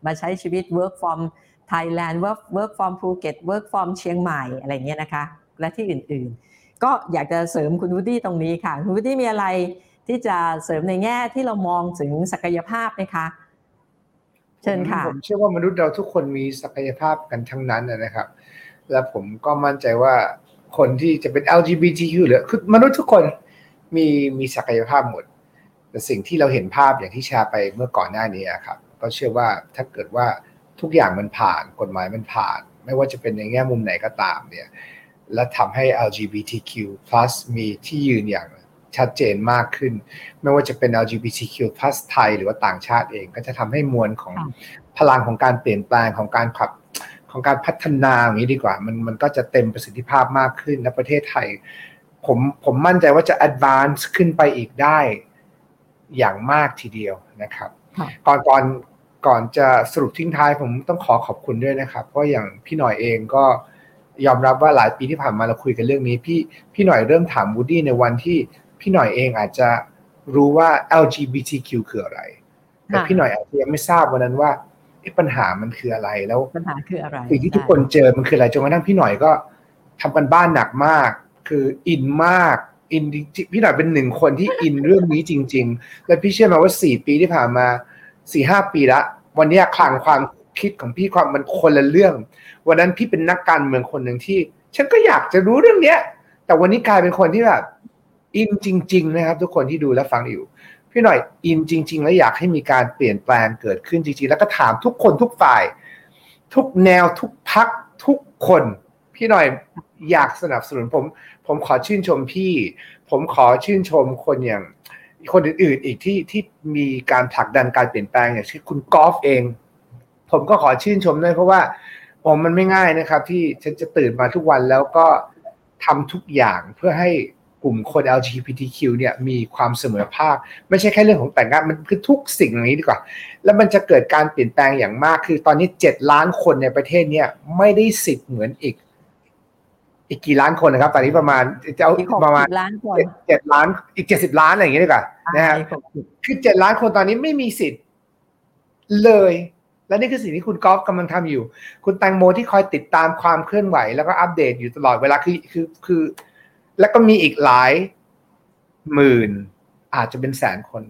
มาใช้ชีวิต work from Thailand work work from Phuket work from เชียงใหม่อะไรเงี้ยนะคะและที่อื่นๆก็อยากจะเสริมคุณวูดดี้ตรงนี้ค่ะคุณวูดดี้มีอะไรที่จะเสริมในแง่ที่เรามองถึงศักยภาพไหมคะเชิญค่ะผมเชื่อว่ามนุษย์เราทุกคนมีศักยภาพกันทั้งนั้นนะครับและผมก็มั่นใจว่าคนที่จะเป็น แอล จี บี ที คิว หรือคือมนุษย์ทุกคนมีมีศักยภาพหมดแต่สิ่งที่เราเห็นภาพอย่างที่แชร์ไปเมื่อก่อนหน้านี้ครับก็เชื่อว่าถ้าเกิดว่าทุกอย่างมันผ่านกฎหมายมันผ่านไม่ว่าจะเป็นในแง่มุมไหนก็ตามเนี่ยและทำให้ แอล จี บี ที คิว พลัส มีที่ยืนอย่างชัดเจนมากขึ้นไม่ว่าจะเป็น แอล จี บี ที คิว พลัส ไทยหรือว่าต่างชาติเองก็จะทำให้มวลของพลังของการเปลี่ยนแปลงของการขับของการพัฒนาอย่างนี้ดีกว่ามันมันก็จะเต็มประสิทธิภาพมากขึ้นและประเทศไทยผมผมมั่นใจว่าจะ advance ขึ้นไปอีกได้อย่างมากทีเดียวนะครับก่อนก่อนก่อนจะสรุปทิ้งท้ายผมต้องขอขอบคุณด้วยนะครับเพราะอย่างพี่หน่อยเองก็ยอมรับว่าหลายปีที่ผ่านมาเราคุยกันเรื่องนี้พี่พี่หน่อยเริ่มถามวูดดี้ในวันที่พี่หน่อยเองอาจจะรู้ว่า แอล จี บี ที คิว คืออะไรแต่พี่หน่อยอาจจะยังไม่ทราบวันนั้นว่าปัญหามันคืออะไรแล้วปัญหาคืออะไรสิ่งที่ทุกคนเจอมันคืออะไรจนกระทั่งพี่หน่อยก็ทำกันบ้านหนักมากคืออินมากอินพี่หน่อยเป็นหนึ่งคนที่อินเรื่องนี้จริงๆและพี่เชื่อไหมว่าสี่ปีที่ผ่านมา สี่ห้า ปีละวันนี้คลังความคิดของพี่ความมันคนละเรื่องวันนั้นพี่เป็นนักการเมืองคนหนึ่งที่ฉันก็อยากจะรู้เรื่องเนี้ยแต่วันนี้กลายเป็นคนที่แบบอินจริงๆนะครับทุกคนที่ดูและฟังอยู่พี่หน่อยอินจริงๆและอยากให้มีการเปลี่ยนแปลงเกิดขึ้นจริงๆแล้วก็ถามทุกคนทุกฝ่ายทุกแนวทุกพรรคทุกคนพี่หน่อยอยากสนับสนุนผมผมขอชื่นชมพี่ผมขอชื่นชมคนอย่างคนอื่นๆอีกที่ที่มีการผลักดันการเปลี่ยนแปลงอย่างเช่นคุณกอล์ฟเองผมก็ขอชื่นชมด้วยเพราะว่าผมมันไม่ง่ายนะครับที่ฉันจะตื่นมาทุกวันแล้วก็ทำทุกอย่างเพื่อให้กลุ่มคน แอล จี บี ที คิว เนี่ยมีความเสมอภาคไม่ใช่แค่เรื่องของแต่งงานมันคือทุกสิ่งอย่างนี้ดีกว่าแล้วมันจะเกิดการเปลี่ยนแปลงอย่างมากคือตอนนี้เจ็ดล้านคนในประเทศเนี่ยไม่ได้สิทธิ์เหมือนอีกอีกกี่ล้านคนนะครับตอนนี้ประมาณจะเอาประมาณเจ็ดล้านอีกเจ็ดสิบล้านอะไรอย่างเงี้ยดีกว่านะฮะคือเจ็ดล้านคนตอนนี้ไม่มีสิทธิ์เลยและนี่คือสิ่งที่คุณกอล์ฟกำลังทำอยู่คุณแตงโมที่คอยติดตามความเคลื่อนไหวแล้วก็อัปเดตอยู่ตลอดเวลาคือคือคือแล้วก็มีอีกหลายหมื่นอาจจะเป็นแสนคน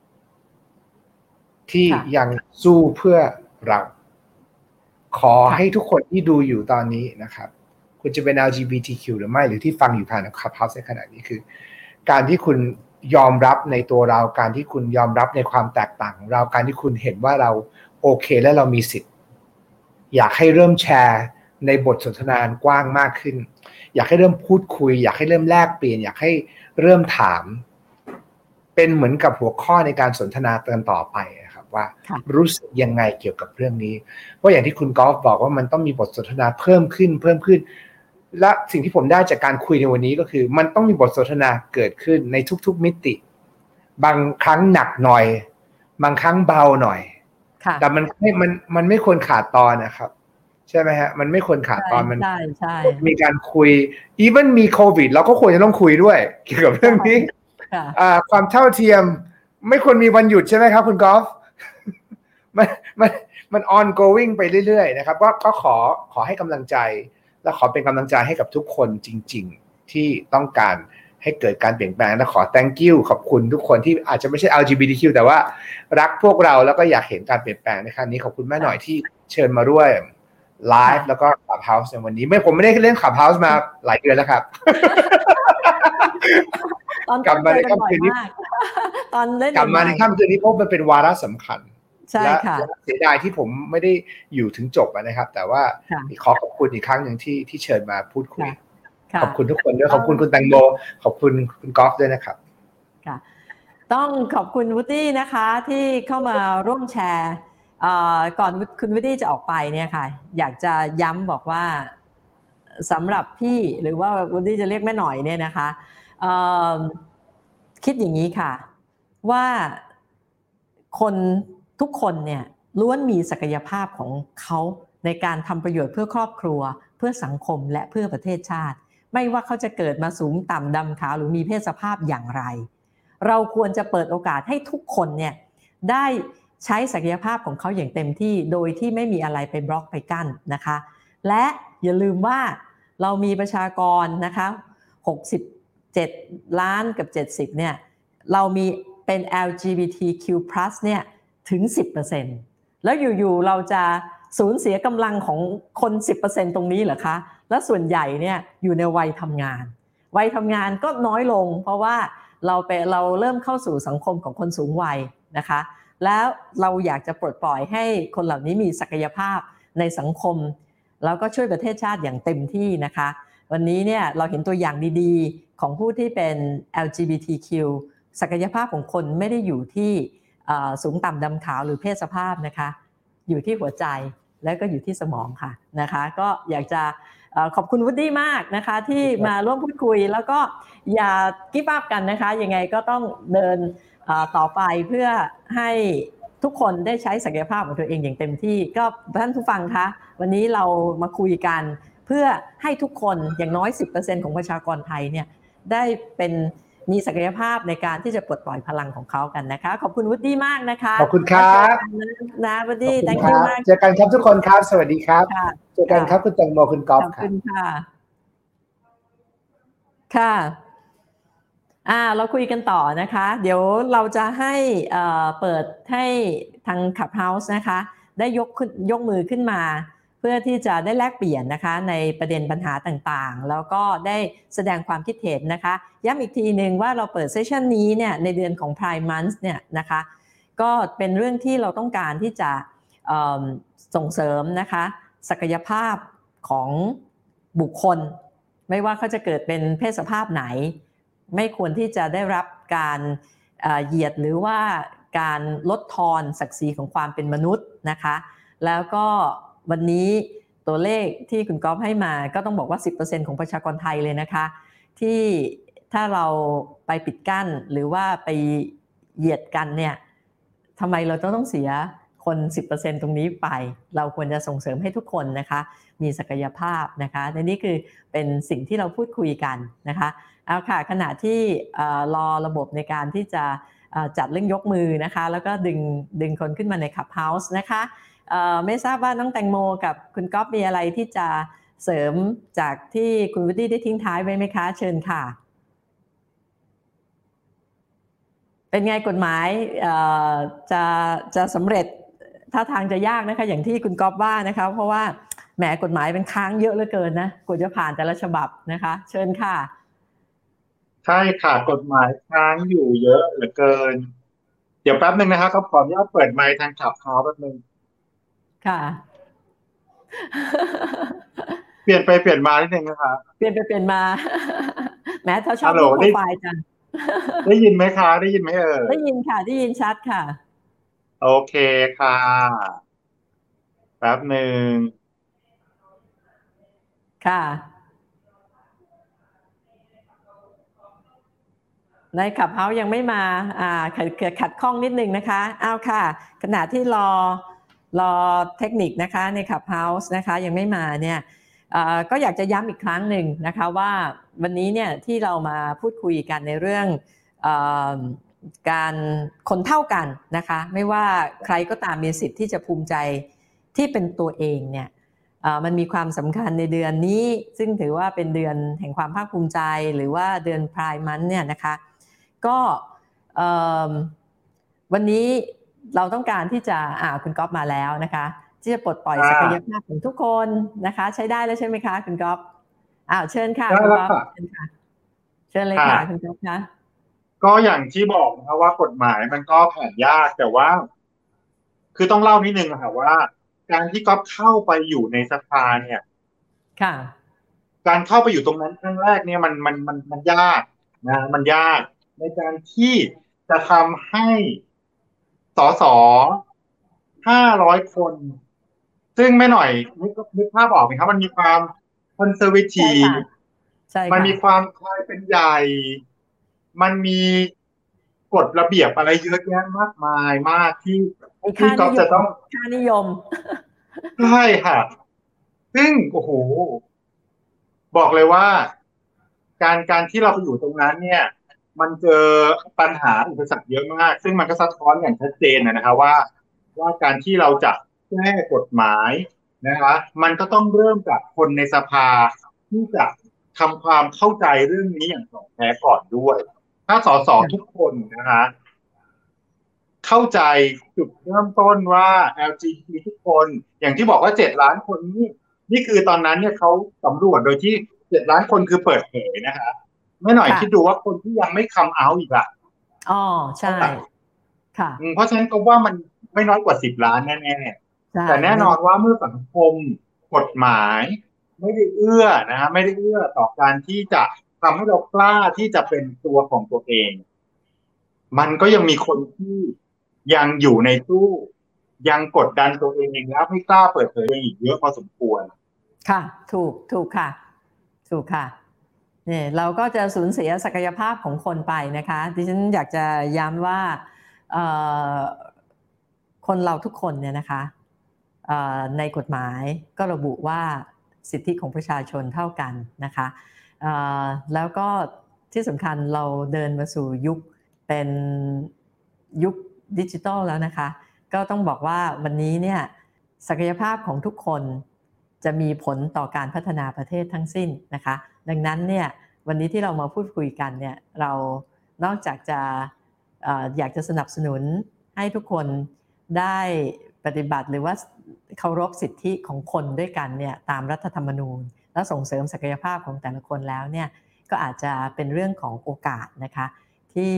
ที่ยังสู้เพื่อเราขอให้ทุกคนที่ดูอยู่ตอนนี้นะครับคุณจะเป็น แอล จี บี ที คิว หรือไม่หรือที่ฟังอยู่ผ่าน Clubhouse ในขณะนี้คือการที่คุณยอมรับในตัวเราการที่คุณยอมรับในความแตกต่างของเราการที่คุณเห็นว่าเราโอเคและเรามีสิทธิ์อยากให้เริ่มแชร์ในบทสนทนากว้างมากขึ้นอยากให้เริ่มพูดคุยอยากให้เริ่มแลกเปลี่ยนอยากให้เริ่มถามเป็นเหมือนกับหัวข้อในการสนทนาเติมต่อไปครับว่ารู้สึกยังไงเกี่ยวกับเรื่องนี้ว่าอย่างที่คุณกอล์ฟบอกว่ามันต้องมีบทสนทนาเพิ่มขึ้นเพิ่มขึ้นและสิ่งที่ผมได้จากการคุยในวันนี้ก็คือมันต้องมีบทสนทนาเกิดขึ้นในทุกๆมิติบางครั้งหนักหน่อยบางครั้งเบาหน่อยแต่มันไม่มันมันไม่ควรขาดตอนนะครับใช่ไหมฮะมันไม่ควรขาดตอนมันมีการคุยอีเวนมีโควิดเราก็ควรจะต้องคุยด้วยเกี่ยวกับเรื่องนี้ความเท่าเทียมไม่ควรมีวันหยุดใช่ไหมครับคุณกอล์ฟมันมันมัน ongoing ไปเรื่อยๆนะครับก็ก็ขอขอให้กำลังใจและขอเป็นกำลังใจให้กับทุกคนจริงๆที่ต้องการให้เกิดการเปลี่ยนแปลงและขอ thank you ขอบคุณทุกคนที่อาจจะไม่ใช่ แอล จี บี ที คิว แต่ว่ารักพวกเราแล้วก็อยากเห็นการเปลี่ยนแปลงในครั้งนี้ขอบคุณแม่หน่อยที่เชิญมาด้วยไลฟ์แล้วก็ Clubhouse ในวันนี้ไม่ผมไม่ได้เล่น Clubhouse มาหลายเดือนแล้วครับกลับมาในค่ำคืนนี้ตอนเล่นกลับมาในค่ำคืนนี้เพราะมันเป็นวาระสำคัญใช่ค่ะเสียดายที่ผมไม่ได้อยู่ถึงจบนะครับแต่ว่าขอขอบคุณอีกครั้งหนึ่งที่ที่เชิญมาพูดคุยขอบคุณทุกคนด้วยขอบคุณคุณแตงโมขอบคุณคุณกอล์ฟด้วยนะครับค่ะต้องขอบคุณวูดดี้นะคะที่เข้ามาร่วมแชร์ก่อนคุณวูดดี้จะออกไปเนี่ยค่ะอยากจะย้ำบอกว่าสำหรับพี่หรือว่าวูดดี้จะเรียกแม่หน่อยเนี่ยนะคะคิดอย่างนี้ค่ะว่าคนทุกคนเนี่ยล้วนมีศักยภาพของเขาในการทำประโยชน์เพื่อครอบครัวเพื่อสังคมและเพื่อประเทศชาติไม่ว่าเขาจะเกิดมาสูงต่ำดำขาวหรือมีเพศสภาพอย่างไรเราควรจะเปิดโอกาสให้ทุกคนเนี่ยได้ใช้ศักยภาพของเขาอย่างเต็มที่โดยที่ไม่มีอะไรไปบล็อกไปกั้นนะคะและอย่าลืมว่าเรามีประชากรนะคะหกสิบเจ็ดล้านกับเจ็ดสิบเนี่ยเรามีเป็น แอล จี บี ที คิว พลัส เนี่ยถึง สิบเปอร์เซ็นต์ แล้วอยู่ๆเราจะสูญเสียกำลังของคน สิบเปอร์เซ็นต์ ตรงนี้เหรอคะและส่วนใหญ่เนี่ยอยู่ในวัยทำงานวัยทำงานก็น้อยลงเพราะว่าเราไปเราเริ่มเข้าสู่สังคมของคนสูงวัยนะคะแล้วเราอยากจะปลดปล่อยให้คนเหล่านี้มีศักยภาพในสังคมแล้วก็ช่วยประเทศชาติอย่างเต็มที่นะคะวันนี้เนี่ยเราเห็นตัวอย่างดีๆของผู้ที่เป็น แอล จี บี ที คิว ศักยภาพของคนไม่ได้อยู่ที่สูงต่ำดำขาวหรือเพศสภาพนะคะอยู่ที่หัวใจและก็อยู่ที่สมองค่ะนะคะก็อยากจะขอบคุณวูดดี้มากนะคะที่มาร่วมพูดคุยแล้วก็อย่ากิ๊บอัพกันนะคะยังไงก็ต้องเดินต่อไปเพื่อให้ทุกคนได้ใช้ศักยภาพของตัวเองอย่างเต็มที่ก็ท่านผู้ฟังคะวันนี้เรามาคุยกันเพื่อให้ทุกคนอย่างน้อย สิบเปอร์เซ็นต์ ของประชากรไทยเนี่ยได้เป็นมีศักยภาพในการที่จะปลดปล่อยพลังของเขากันนะคะขอบคุณวูดดี้มากนะคะขอบคุณครับนะวูดดี้ thank you มากเจอกันครับทุกคนครับสวัสดีครับเจอกันครับคุณแตงโมคุณก๊อฟขอบคุณค่ะค่ะอ่าเราคุยกันต่อนะคะเดี๋ยวเราจะให้เอ่อเปิดให้ทาง Clubhouse นะคะได้ยกขึ้นยกมือขึ้นมาเพื่อที่จะได้แลกเปลี่ยนนะคะในประเด็นปัญหาต่างๆแล้วก็ได้แสดงความคิดเห็นนะคะย้ำอีกทีนึงว่าเราเปิดเซสชันนี้เนี่ยในเดือนของ Pride Month เนี่ยนะคะก็เป็นเรื่องที่เราต้องการที่จะส่งเสริมนะคะศักยภาพของบุคคลไม่ว่าเขาจะเกิดเป็นเพศสภาพไหนไม่ควรที่จะได้รับการเหยียดหรือว่าการลดทอนศักดิ์ศรีของความเป็นมนุษย์นะคะแล้วก็วันนี้ตัวเลขที่คุณก๊อฟให้มาก็ต้องบอกว่า สิบเปอร์เซ็นต์ ของประชากรไทยเลยนะคะที่ถ้าเราไปปิดกั้นหรือว่าไปเหยียดกันเนี่ยทำไมเราต้องต้องเสียคน สิบเปอร์เซ็นต์ ตรงนี้ไปเราควรจะส่งเสริมให้ทุกคนนะคะมีศักยภาพนะคะและนี่คือเป็นสิ่งที่เราพูดคุยกันนะคะเอาค่ะขณะที่รอระบบในการที่จะจัดเรื่องยกมือนะคะแล้วก็ดึงดึงคนขึ้นมาใน Clubhouse นะคะไม่ทราบว่าน้องแตงโมกับคุณก๊อฟมีอะไรที่จะเสริมจากที่คุณวูดดี้ได้ทิ้งท้ายไว้ไหมคะเชิญค่ะเป็นไงกฎหมายจะจะสำเร็จท่าทางจะยากนะคะอย่างที่คุณก๊อฟว่านะคะเพราะว่าแหมกฎหมายเป็นค้างเยอะเหลือเกินนะกว่าจะผ่านแต่ละฉบับนะคะเชิญค่ะใช่ค่ะกฎหมายค้างอยู่เยอะเหลือเกินเดี๋ยวแป๊บนึงนะคะเขาขออนุญาตเปิดไมค์ทางขับเขาแป๊บนึงค่ะเปลี่ยนไปเปลี่ยนมานิดนึงนะคะเปลี่ยนไปเปลี่ยนมาแม้เขาชอบโปรไฟล์จังได้ยินไหมคะได้ยินไหมเอ่ยได้ยินค่ะได้ยินชัดค่ะโอเคค่ะแป๊บนึงค่ะในขับเฮายังไม่มาอ่าขัดขัดข้องนิดนึงนะคะเอาค่ะขณะที่รอรอเทคนิคนะคะในขับเฮาส์นะคะยังไม่มาเนี่ยก็อยากจะย้ำอีกครั้งหนึ่งนะคะว่าวันนี้เนี่ยที่เรามาพูดคุยกันในเรื่องการคนเท่ากันนะคะไม่ว่าใครก็ตามมีสิทธิ์ที่จะภูมิใจที่เป็นตัวเองเนี่ยมันมีความสำคัญในเดือนนี้ซึ่งถือว่าเป็นเดือนแห่งความภาคภูมิใจหรือว่าเดือน Pride Month เนี่ยนะคะก็วันนี้เราต้องการที่จะอ่าคุณก๊อฟมาแล้วนะคะที่จะปลดปล่อยศักยภาพของทุกคนนะคะใช้ได้แล้วใช่ไหมคะคุณก๊อฟอ้าวเชิญค่ะคุณก๊อฟเชิญค่ะเชิญเลยค่ะคุณก๊อฟคะก็อย่างที่บอกนะว่ากฎหมายมันก็ผ่านยากแต่ว่าคือต้องเล่านิดนึงค่ะว่าการที่ก๊อฟเข้าไปอยู่ในสภาเนี่ยค่ะการเข้าไปอยู่ตรงนั้นครั้งแรกเนี่ยมันมันมันมันยากนะมันยากในการที่จะทำให้สสห้าร้อยคนซึ่งไม่หน่อยนึกนึกภาพออกไหมครับมันมีความคอนเซอร์เวทีฟมันมีความคล้ายเป็นใหญ่มันมีกฎระเบียบอะไรเยอะแยะมากมายมากที่ที่ก็จะต้องค่านิยมใช่ค่ะซึ่งโอ้โหบอกเลยว่าการการที่เราไปอยู่ตรงนั้นเนี่ยมันเจอปัญหาอุปสรรคเยอะมากซึ่งมันก็สะท้อนอย่างชัดเจนนะครับว่าว่าการที่เราจะแก้กฎหมายนะคะมันก็ต้องเริ่มจากคนในสภาที่จะทำความเข้าใจเรื่องนี้อย่างถ่องแท้ก่อนด้วยถ้าสสทุกคนนะคะเข้าใจจุดเริ่มต้นว่า แอล จี บี ที ทุกคนอย่างที่บอกว่าเจ็ดล้านคนนี่นี่คือตอนนั้นเนี่ยเขาสำรวจโดยที่เจ็ดล้านคนคือเปิดเผยนะคะไม่หน่อยคิดดูว่าคนที่ยังไม่คัมเอาท์อีกอ่ะอ๋อใช่ค่ะเพราะฉะนั้นก็ว่ามันไม่น้อยกว่าสิบล้านแน่ๆแต่แน่นอนว่าเมื่อสังคมกฎหมายไม่ได้เอื้อนะฮะไม่ได้เอื้อต่อการที่จะทำให้เรากล้าที่จะเป็นตัวของตัวเองมันก็ยังมีคนที่ยังอยู่ในตู้ยังกดดันตัวเองแล้วไม่กล้าเปิดเผยอีกเยอะพอสมควรค่ะถูกถูกค่ะถูกค่ะเนี่ยเราก็จะสูญเสียศักยภาพของคนไปนะคะดิฉันอยากจะย้ำว่าคนเราทุกคนเนี่ยนะคะในกฎหมายก็ระบุว่าสิทธิของประชาชนเท่ากันนะคะแล้วก็ที่สำคัญเราเดินมาสู่ยุคเป็นยุคดิจิทัลแล้วนะคะก็ต้องบอกว่าวันนี้เนี่ยศักยภาพของทุกคนจะมีผลต่อการพัฒนาประเทศทั้งสิ้นนะคะดังนั้นเนี่ยวันนี้ที่เรามาพูดคุยกันเนี่ยเรานอกจากจะเอ่ออยากจะสนับสนุนให้ทุกคนได้ปฏิบัติหรือว่าเคารพสิทธิของคนด้วยกันเนี่ยตามรัฐธรรมนูญและส่งเสริมศักยภาพของแต่ละคนแล้วเนี่ยก็อาจจะเป็นเรื่องของโอกาสนะคะที่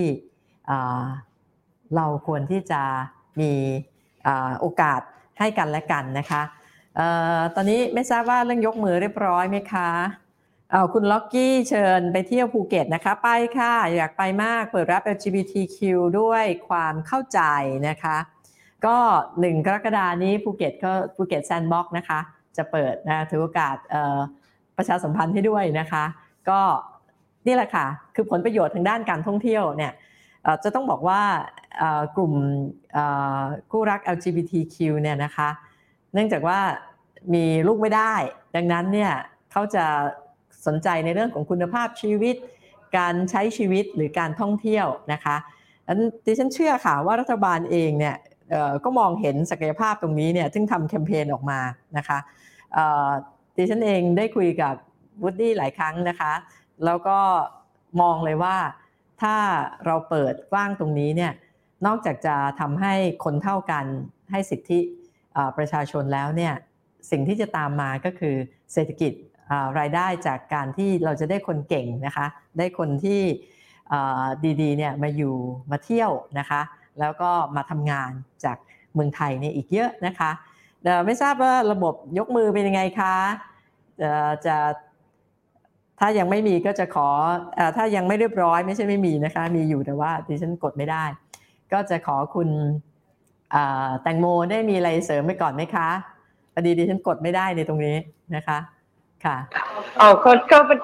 เราควรที่จะมีโอกาสให้กันและกันนะคะตอนนี้ไม่ทราบว่าเรื่องยกมือเรียบร้อยไหมคะเอาคุณล็อกกี้เชิญไปเที่ยวภูเก็ตนะคะไปค่ะอยากไปมากเปิดรับ แอล จี บี ที คิว ด้วยความเข้าใจนะคะก็หนึ่งกรกฎาคมนี้ภูเก็ตก็ภูเก็ตแซนด์บ็อกซ์นะคะจะเปิดนะถือโอกาสประชาสัมพันธ์ให้ด้วยนะคะก็นี่แหละค่ะคือผลประโยชน์ทางด้านการท่องเที่ยวเนี่ยจะต้องบอกว่ากลุ่มคู่รัก แอล จี บี ที คิว เนี่ยนะคะเนื่องจากว่ามีลูกไม่ได้ดังนั้นเนี่ยเขาจะสนใจในเรื่องของคุณภาพชีวิตการใช้ชีวิตหรือการท่องเที่ยวนะคะอันดิฉันเชื่อค่ะว่ารัฐบาลเองเนี่ยก็มองเห็นศักยภาพตรงนี้เนี่ยซึ่งทำแคมเปญออกมานะคะดิฉันเองได้คุยกับวูดดี้หลายครั้งนะคะแล้วก็มองเลยว่าถ้าเราเปิดกว้างตรงนี้เนี่ยนอกจากจะทำให้คนเท่ากันให้สิทธิประชาชนแล้วเนี่ยสิ่งที่จะตามมาก็คือเศรษฐกิจรายได้จากการที่เราจะได้คนเก่งนะคะได้คนที่ดีๆเนี่ยมาอยู่มาเที่ยวนะคะแล้วก็มาทำงานจากเมืองไทยเนี่ยอีกเยอะนะคะไม่ทราบว่าระบบยกมือเป็นยังไงคะจะถ้ายังไม่มีก็จะขอถ้ายังไม่เรียบร้อยไม่ใช่ไม่มีนะคะมีอยู่แต่ว่าดิฉันกดไม่ได้ก็จะขอคุณแตงโมได้มีอะไรเสริมไปก่อนไหมคะพอดีดิฉันกดไม่ได้ในตรงนี้นะคะค่ะอ๋อก็ก็เป็น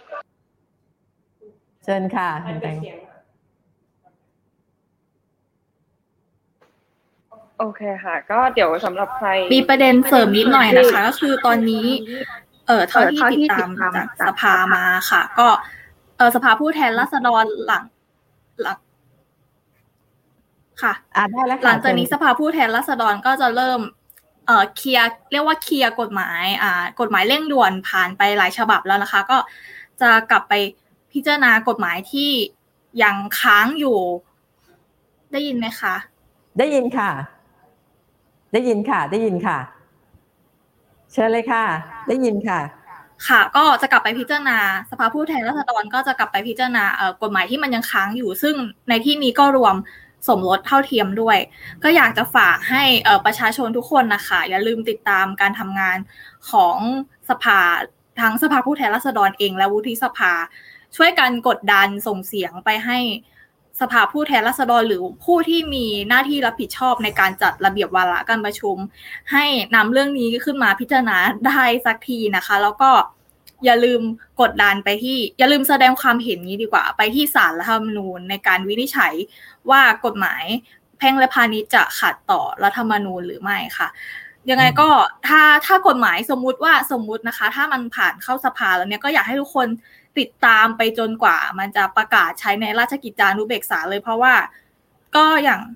เชิญค่ะคุณแตงโอเคค่ะก็เดี๋ยวสำหรับใครมีประเด็นเสริมนิดหน่อยนะคะก็คือตอนนี้เอ่อเท่าที่ติดตามจากสภามาค่ะก็เอ่อสภาผู้แทนราษฎรหลังหลังค่ะอ่าได้แล้วค่ะหลังจากนี้สภาผู้แทนราษฎรก็จะเริ่มเอ่อเคลียร์เรียกว่าเคลียร์กฎหมายอ่ากฎหมายเร่งด่วนผ่านไปหลายฉบับแล้วนะคะก็จะกลับไปพิจารณากฎหมายที่ยังค้างอยู่ได้ยินไหมคะได้ยินค่ะได้ยินค่ะได้ยินค่ะเชิญเลยค่ะได้ยินค่ะค่ะก็จะกลับไปพิจารณาสภาผู้แทนราษฎรก็จะกลับไปพิจารณาเอ่อกฎหมายที่มันยังค้างอยู่ซึ่งในที่นี้ก็รวมสมรสเท่าเทียมด้วยก็อยากจะฝากให้เอ่อประชาชนทุกคนนะคะอย่าลืมติดตามการทำงานของสภาทั้งสภาผู้แทนราษฎรเองและวุฒิสภาช่วยกันกดดันส่งเสียงไปให้สภาผู้แทนราษฎรหรือผู้ที่มีหน้าที่รับผิดชอบในการจัดระเบียบวาระการประชุมให้นำเรื่องนี้ขึ้นมาพิจารณาได้สักทีนะคะแล้วก็อย่าลืมกดดันไปที่อย่าลืมแสดงความเห็นนี้ดีกว่าไปที่ศาลรัฐธรรมนูญในการวินิจฉัยว่ากฎหมายแพ่งและพาณิชย์จะขัดต่อรัฐธรรมนูญหรือไม่ค่ะยังไงก็ถ้าถ้ากฎหมายสมมุติว่าสมมุตินะคะถ้ามันผ่านเข้าสภาแล้วเนี่ยก็อยากให้ทุกคนติดตามไปจนกว่ามันจะประกาศใช้ในราชกิจจานุเบกษาเลยเพราะว่าก็อย่าง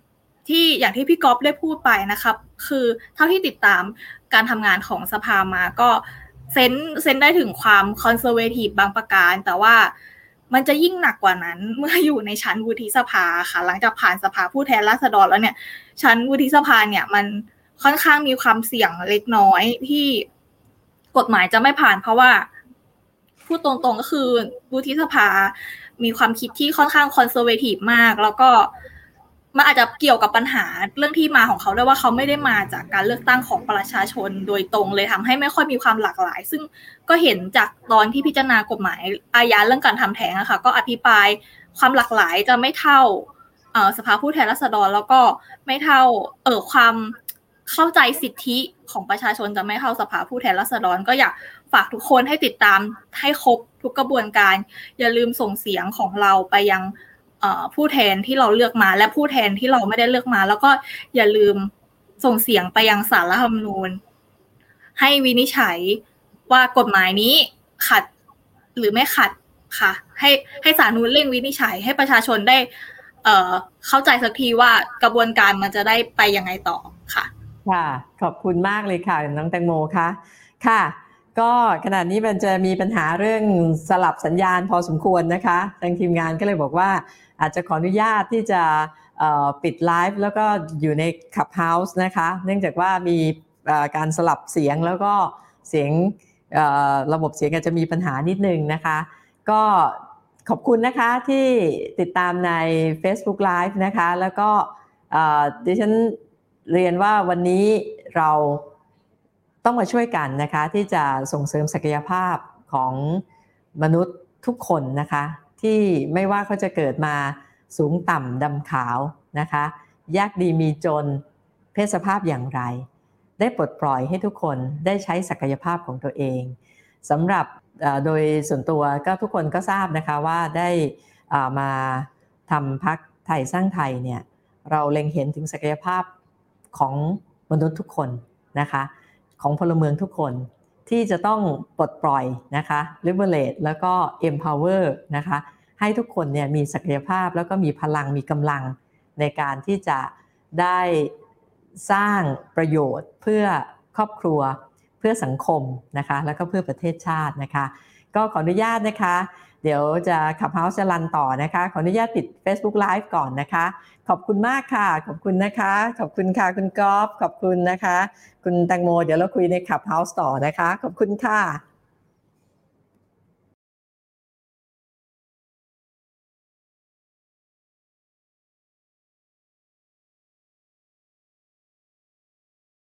ที่อย่างที่พี่ก๊อฟได้พูดไปนะครับคือเท่าที่ติดตามการทำงานของสภามาก็เซนเซนได้ถึงความคอนเซอร์เวทีฟบางประการแต่ว่ามันจะยิ่งหนักกว่านั้นเมื่ออยู่ในชั้นวุฒิสภาค่ะหลังจากผ่านสภาผู้แทนราษฎรแล้วเนี่ยชั้นวุฒิสภาเนี่ยมันค่อนข้างมีความเสี่ยงเล็กน้อยที่กฎหมายจะไม่ผ่านเพราะว่าพูดตรงๆก็คือวุฒิสภามีความคิดที่ค่อนข้างคอนเซอร์เวทีฟมากแล้วก็มันอาจจะเกี่ยวกับปัญหาเรื่องที่มาของเขาด้วยว่าเขาไม่ได้มาจากการเลือกตั้งของประชาชนโดยตรงเลยทำให้ไม่ค่อยมีความหลากหลายซึ่งก็เห็นจากตอนที่พิจารณากฎหมายอาญาเรื่องการทำแท้งอะค่ะก็อภิปรายความหลากหลายจะไม่เท่าเอ่อสภาผู้แทนราษฎรแล้วก็ไม่เท่าเอ่อความเข้าใจสิทธิของประชาชนจะไม่เท่าสภาผู้แทนราษฎรก็อยากฝากทุกคนให้ติดตามให้ครบทุกกระบวนการอย่าลืมส่งเสียงของเราไปยังผู้แทนที่เราเลือกมาและผู้แทนที่เราไม่ได้เลือกมาแล้วก็อย่าลืมส่งเสียงไปยังศาลรัฐธรรมนูญให้วินิจฉัยว่ากฎหมายนี้ขัดหรือไม่ขัดค่ะให้ให้ศาลนูนเร่งวินิจฉัยให้ประชาชนได้เอ่อเข้าใจสักทีว่ากระบวนการมันจะได้ไปยังไงต่อค่ะค่ะขอบคุณมากเลยค่ะน้องแตงโมค่ะค่ะก็ขณะนี้มันจะมีปัญหาเรื่องสลับสัญญาณพอสมควรนะคะทางทีมงานก็เลยบอกว่าอาจจะขออนุญาตที่จะปิดไลฟ์แล้วก็อยู่ใน Clubhouse นะคะเนื่องจากว่ามีการสลับเสียงแล้วก็เสียงระบบเสียงอาจจะมีปัญหานิดนึงนะคะก็ขอบคุณนะคะที่ติดตามใน Facebook Live นะคะแล้วก็ดิฉันเรียนว่าวันนี้เราต้องมาช่วยกันนะคะที่จะส่งเสริมศักยภาพของมนุษย์ทุกคนนะคะที่ไม่ว่าเขาจะเกิดมาสูงต่ำดำขาวนะคะยากดีมีจนเพศสภาพอย่างไรได้ปลดปล่อยให้ทุกคนได้ใช้ศักยภาพของตัวเองสำหรับโดยส่วนตัวก็ทุกคนก็ทราบนะคะว่าได้มาทำพรรคไทยสร้างไทยเนี่ยเราเล็งเห็นถึงศักยภาพของมนุษย์ทุกคนนะคะของพลเมืองทุกคนที่จะต้องปลดปล่อยนะคะ liberate แล้วก็ empower นะคะให้ทุกคนเนี่ยมีศักยภาพแล้วก็มีพลังมีกำลังในการที่จะได้สร้างประโยชน์เพื่อครอบครัวเพื่อสังคมนะคะแล้วก็เพื่อประเทศชาตินะคะก็ขออนุญาตนะคะเดี๋ยวจะขับเฮาส์จะรันต่อนะคะขออนุญาตปิด Facebook Live ก่อนนะคะขอบคุณมากค่ะขอบคุณนะคะขอบคุณค่ะคุณก๊อฟขอบคุณนะคะคุณแตงโมเดี๋ยวเราคุยในขับเฮาส์ต่อนะคะขอบคุณค่ะ